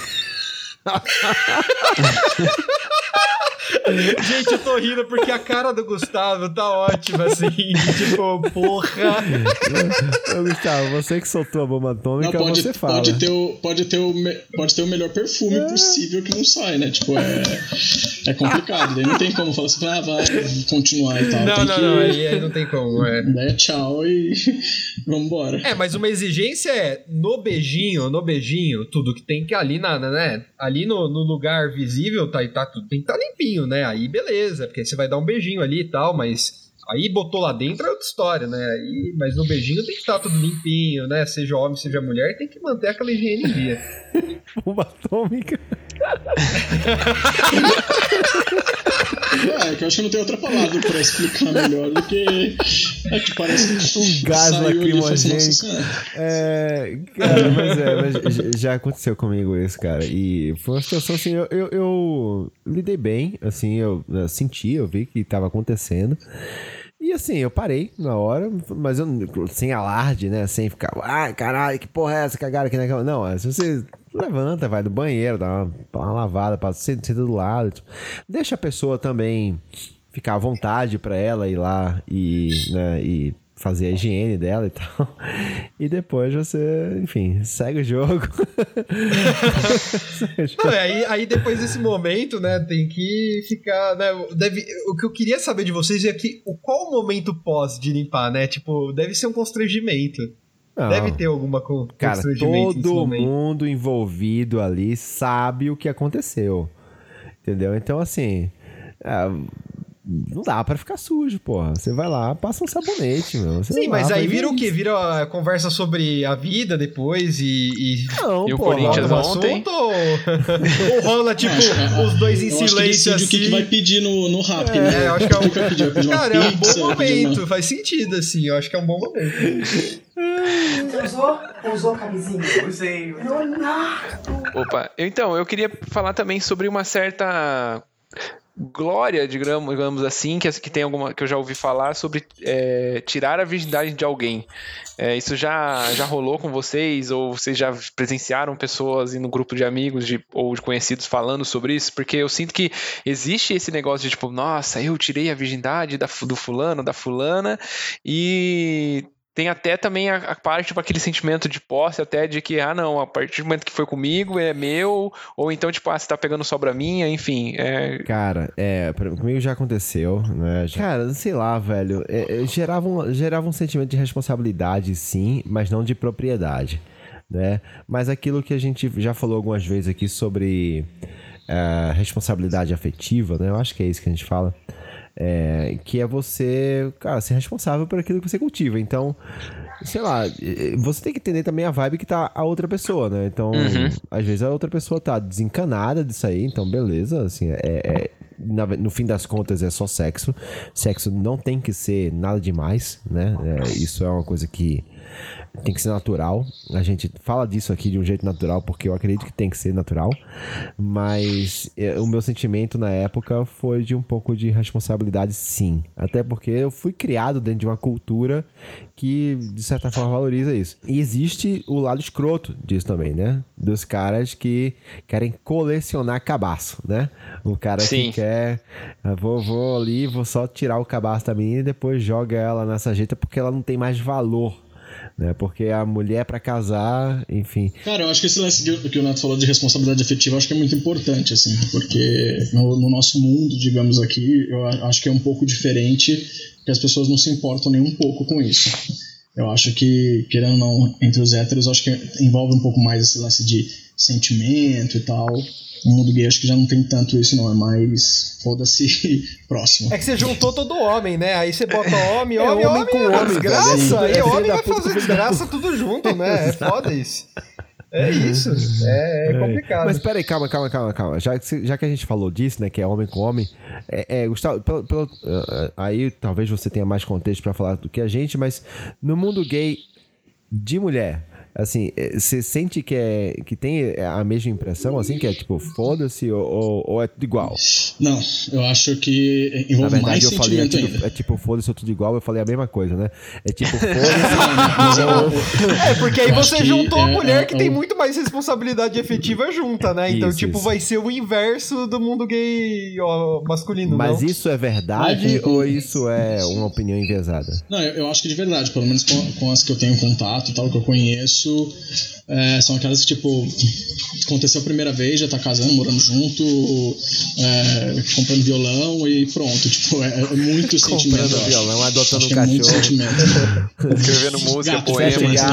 Gente, eu tô rindo porque a cara do Gustavo tá ótima, assim, tipo, porra. Ô, Gustavo, você que soltou a bomba atômica, não, pode, você fala. Pode ter o, pode ter o, pode ter o melhor perfume é. possível que não sai, né? Tipo, é, é complicado. Daí não tem como falar assim, ah, vai continuar e tal. Não, tem não, que... não, aí, aí não tem como. É. Daí é tchau e vambora. É, mas uma exigência é, no beijinho, no beijinho, tudo que tem que ali, na, né? Ali no, no lugar visível, tá, tá, tudo tem que estar tá limpinho, né? Aí beleza, porque aí você vai dar um beijinho ali e tal, mas aí botou lá dentro é outra história, né? Aí, mas no beijinho tem que estar tudo limpinho, né? Seja homem, seja mulher, tem que manter aquela higiene em dia. Bomba atômica. É, que eu acho que não tem outra palavra pra explicar melhor do que é que parece um gás lacrimogênico. É, cara, mas é, mas já aconteceu comigo isso, cara. E foi uma situação assim, eu, eu, eu lidei bem, assim, eu, eu senti, eu vi que tava acontecendo. E assim, eu parei na hora, mas eu sem alarde, né? Sem ficar, ai, caralho, que porra é essa? Cagaram aqui na cama. Não, se você levanta, vai do banheiro, dá uma, uma lavada, passa, senta do lado. Tipo, deixa a pessoa também ficar à vontade pra ela ir lá e, né, e fazer a higiene dela e tal. E depois você, enfim, segue o jogo. segue o jogo. Não, aí, aí depois desse momento, né, tem que ficar, né, deve, o que eu queria saber de vocês é que, qual o momento pós de limpar, né, tipo, deve ser um constrangimento. Não. Deve ter alguma co- Cara, constrangimento. Todo mundo envolvido ali sabe o que aconteceu, entendeu? Então, assim... É, não dá pra ficar sujo, porra. Você vai lá, passa um sabonete, meu. Você Sim, mas aí vira o quê? Vira a conversa sobre a vida depois e... E, não, e o pô, Corinthians ontem? Ou, ou rola, tipo, não, os dois em silêncio assim... o que, que vai pedir no, no rap, é, né? eu acho que é um... pedir, pedir Cara, é um pizza, bom momento. Faz sentido, assim. Eu acho que é um bom momento. Você usou? Usou camisinha? Usei. Leonardo! Opa, então, eu queria falar também sobre uma certa... glória, digamos assim, que, que tem alguma que eu já ouvi falar sobre é, tirar a virgindade de alguém. É, isso já, já rolou com vocês? Ou vocês já presenciaram pessoas no grupo de amigos de, ou de conhecidos falando sobre isso? Porque eu sinto que existe esse negócio de tipo, nossa, eu tirei a virgindade da, do fulano, da fulana, e... tem até também a, a parte, tipo, aquele sentimento de posse, até de que, ah, não, a partir do momento que foi comigo, é meu, ou então, tipo, ah, você tá pegando sobra minha, enfim. É... Cara, é, comigo já aconteceu, né? Já... Cara, sei lá, velho, é, é, gerava, um, gerava um sentimento de responsabilidade, sim, mas não de propriedade, né? Mas aquilo que a gente já falou algumas vezes aqui sobre é, responsabilidade afetiva, né? Eu acho que é isso que a gente fala. É, que é você, cara, ser responsável por aquilo que você cultiva. Então, sei lá, você tem que entender também a vibe que tá a outra pessoa, né? Então, uhum. às vezes a outra pessoa tá desencanada disso aí, então beleza, assim, é, é, no fim das contas é só sexo. Sexo não tem que ser nada demais, né? É, isso é uma coisa que tem que ser natural. A gente fala disso aqui de um jeito natural porque eu acredito que tem que ser natural, mas é, o meu sentimento na época foi de um pouco de responsabilidade, sim, até porque eu fui criado dentro de uma cultura que de certa forma valoriza isso. E existe o lado escroto disso também, né? Dos caras que querem colecionar cabaço, né? O cara sim. que quer vou, vou ali, vou só tirar o cabaço da menina e depois joga ela nessa jeita porque ela não tem mais valor né? Porque a mulher pra casar, enfim... Cara, eu acho que esse lance que o Neto falou de responsabilidade afetiva, eu acho que é muito importante, assim, porque no, no nosso mundo, digamos aqui, eu acho que é um pouco diferente, porque as pessoas não se importam nem um pouco com isso. Eu acho que, querendo ou não, entre os héteros, eu acho que envolve um pouco mais esse lance de sentimento e tal. No mundo gay acho que já não tem tanto isso, não. É mais foda-se próximo. É que você juntou todo homem, né? Aí você bota homem, é, homem, homem, com homem, homem, desgraça. Aí é, homem vai puta, fazer desgraça tudo junto, né? É foda isso. É isso. É, é complicado. Mas peraí, calma, calma, calma, calma. Já, já que a gente falou disso, né? Que é homem com homem. É, é, Gustavo, pelo, pelo, uh, aí talvez você tenha mais contexto pra falar do que a gente, mas no mundo gay de mulher... Assim, você sente que, é, que tem a mesma impressão, assim, que é tipo, foda-se ou, ou, ou é tudo igual? Não, eu acho que envolve Na verdade, mais eu falei, sentimento é tipo, ainda. é tipo, foda-se ou tudo igual, eu falei a mesma coisa, né? É tipo, foda-se ou... É, porque aí Eu você acho que juntou a é- mulher é- que é tem o- muito mais responsabilidade efetiva junta, né? Então, Isso, tipo, isso. vai ser o inverso do mundo gay ó, masculino, Mas não? isso é verdade É, com- ou isso é uma opinião enviesada? Não, eu, eu acho que de verdade, pelo menos com, com as que eu tenho contato e tal, que eu conheço, é, são aquelas que, tipo, aconteceu a primeira vez, já tá casando, morando junto, é, comprando violão e pronto. Tipo, é, é muito sentimento. Comprando eu acho. violão, adotando Acho um que é muito cachorro. sentimento. Escrevendo música, Gato, Sete poemas. né?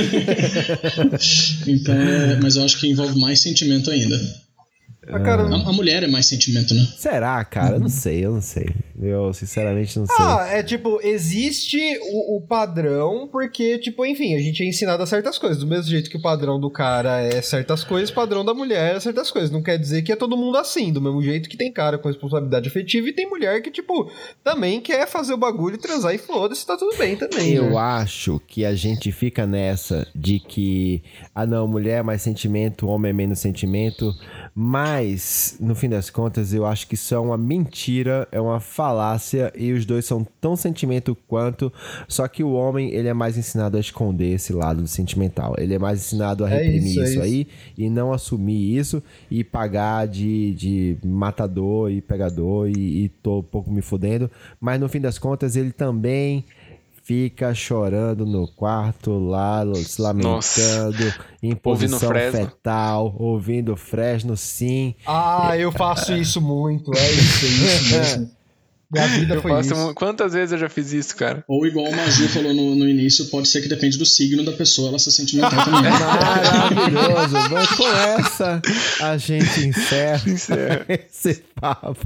gatos. Então, é, mas eu acho que envolve mais sentimento ainda. Ah, cara, A, a mulher é mais sentimento, né? Será, cara? Eu não sei, eu não sei. Eu, sinceramente, não sei. Ah, é tipo, existe o, o padrão, porque, tipo, enfim, a gente é ensinado a certas coisas. Do mesmo jeito que o padrão do cara é certas coisas, o padrão da mulher é certas coisas. Não quer dizer que é todo mundo assim. Do mesmo jeito que tem cara com responsabilidade afetiva e tem mulher que, tipo, também quer fazer o bagulho, transar e foda-se, tá tudo bem também. Eu né? acho que a gente fica nessa de que, ah não, mulher é mais sentimento, homem é menos sentimento, mas, no fim das contas, eu acho que isso é uma mentira, é uma falácia, e os dois são tão sentimento quanto, só que o homem, ele é mais ensinado a esconder esse lado do sentimental, ele é mais ensinado a É reprimir isso, é isso, isso. aí, e não assumir isso, e pagar de, de matador e pegador, e, e tô um pouco me fudendo, mas no fim das contas, ele também... fica chorando no quarto lá, se lamentando, em posição Ouvindo Fresno. fetal, ouvindo Fresno, sim. Ah, eu faço isso muito, é isso, é isso mesmo. Minha vida Eu foi faço isso. mu- Quantas vezes eu já fiz isso, cara? Ou igual o Maju falou no, no início, pode ser que depende do signo da pessoa, ela se sentimental também. Maravilhoso, mas com essa a gente encerra Encerra. esse papo.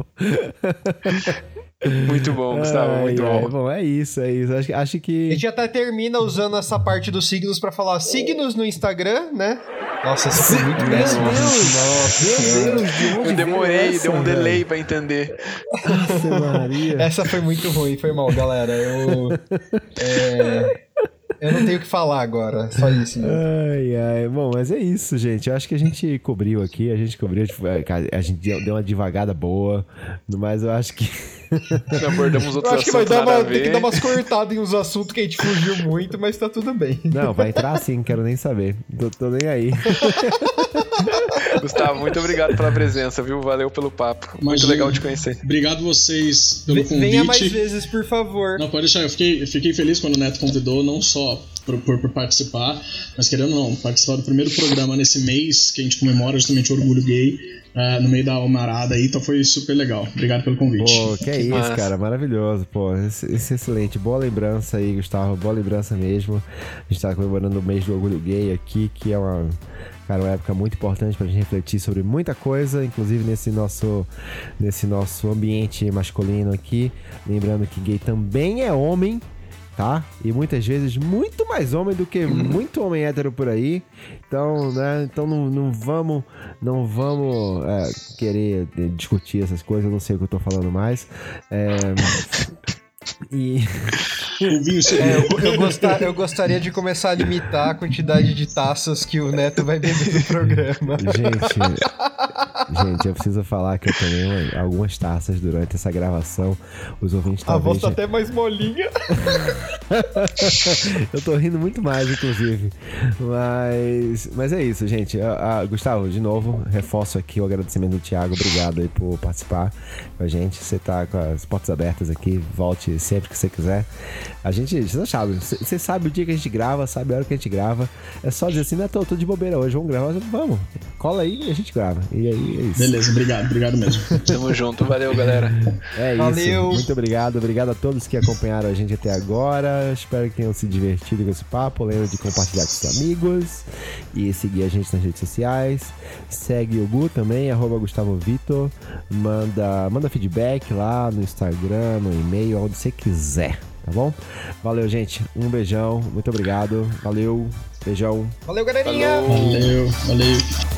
Muito bom, Gustavo, Ai, muito ai, bom. bom, é isso, é isso. Acho, acho A que... gente até termina usando essa parte dos signos pra falar signos no Instagram, né? Nossa, isso foi muito Meu péssimo. Deus, Nossa, meu senhora. Deus, de onde Eu veio demorei, essa, deu um velho? delay pra entender. Nossa, Maria. Essa foi muito ruim, foi mal, galera. Eu. É, eu não tenho o que falar agora, só isso. Né? Ai, ai. Bom, mas é isso, gente. Eu acho que a gente cobriu aqui, a gente cobriu, tipo, é, cara, a gente deu deu uma devagada boa, mas eu acho que... Abordamos Eu outros acho que vai assuntos dar nada uma, a tem que ver. dar umas cortadas em uns assuntos que a gente fugiu muito, mas tá tudo bem. Não, vai entrar sim, quero nem saber. Tô, tô nem aí. Gustavo, muito obrigado pela presença, viu? Valeu pelo papo. Muito Imagina. legal te conhecer. Obrigado vocês pelo convite. Venha mais vezes, por favor. Não, pode deixar. Eu fiquei, eu fiquei feliz quando o Neto convidou, não só por, por, por participar, mas querendo ou não, participar do primeiro programa nesse mês que a gente comemora justamente o Orgulho Gay, uh, no meio da Almarada aí, então foi super legal. Obrigado pelo convite. Pô, que é isso, massa. cara, maravilhoso, pô, isso, isso é excelente, boa lembrança aí, Gustavo, boa lembrança mesmo. A gente tá comemorando o mês do Orgulho Gay aqui, que é uma, cara, uma época muito importante pra gente refletir sobre muita coisa, inclusive nesse nosso, nesse nosso ambiente masculino aqui, lembrando que gay também é homem, tá? E muitas vezes muito mais homem do que muito homem hétero por aí. Então, né? Então não, não vamos, não vamos é, querer discutir essas coisas. Eu não sei o que eu tô falando mais. É, e O vinho É, subiu. eu, eu, gostar- eu gostaria de começar a limitar a quantidade de taças que o Neto vai beber no programa. gente, gente, eu preciso falar que eu tomei uma- algumas taças durante essa gravação. Os ouvintes A voz talvez tá até mais molinha. eu tô rindo muito mais, inclusive. Mas, mas é isso, gente. Ah, ah, Gustavo, de novo, reforço aqui o agradecimento do Thiago. Obrigado aí por participar com a gente. Você tá com as portas abertas aqui. Volte sempre que você quiser. A gente, você sabe, você sabe o dia que a gente grava, sabe a hora que a gente grava. É só dizer assim, né, tô, tô de bobeira hoje, vamos gravar, vamos. Cola aí e a gente grava. E aí é isso. Beleza, obrigado, obrigado mesmo. Tamo junto, valeu, galera. É isso. Valeu. Muito obrigado, obrigado a todos que acompanharam a gente até agora. Espero que tenham se divertido com esse papo. Lembra de compartilhar com seus amigos e seguir a gente nas redes sociais. Segue o Gu também, arroba Gustavo Vitor. Manda, manda feedback lá no Instagram, no e-mail, onde você quiser, tá bom? Valeu, gente. Um beijão, muito obrigado. Valeu, beijão. Valeu, galerinha! Falou. Valeu, valeu.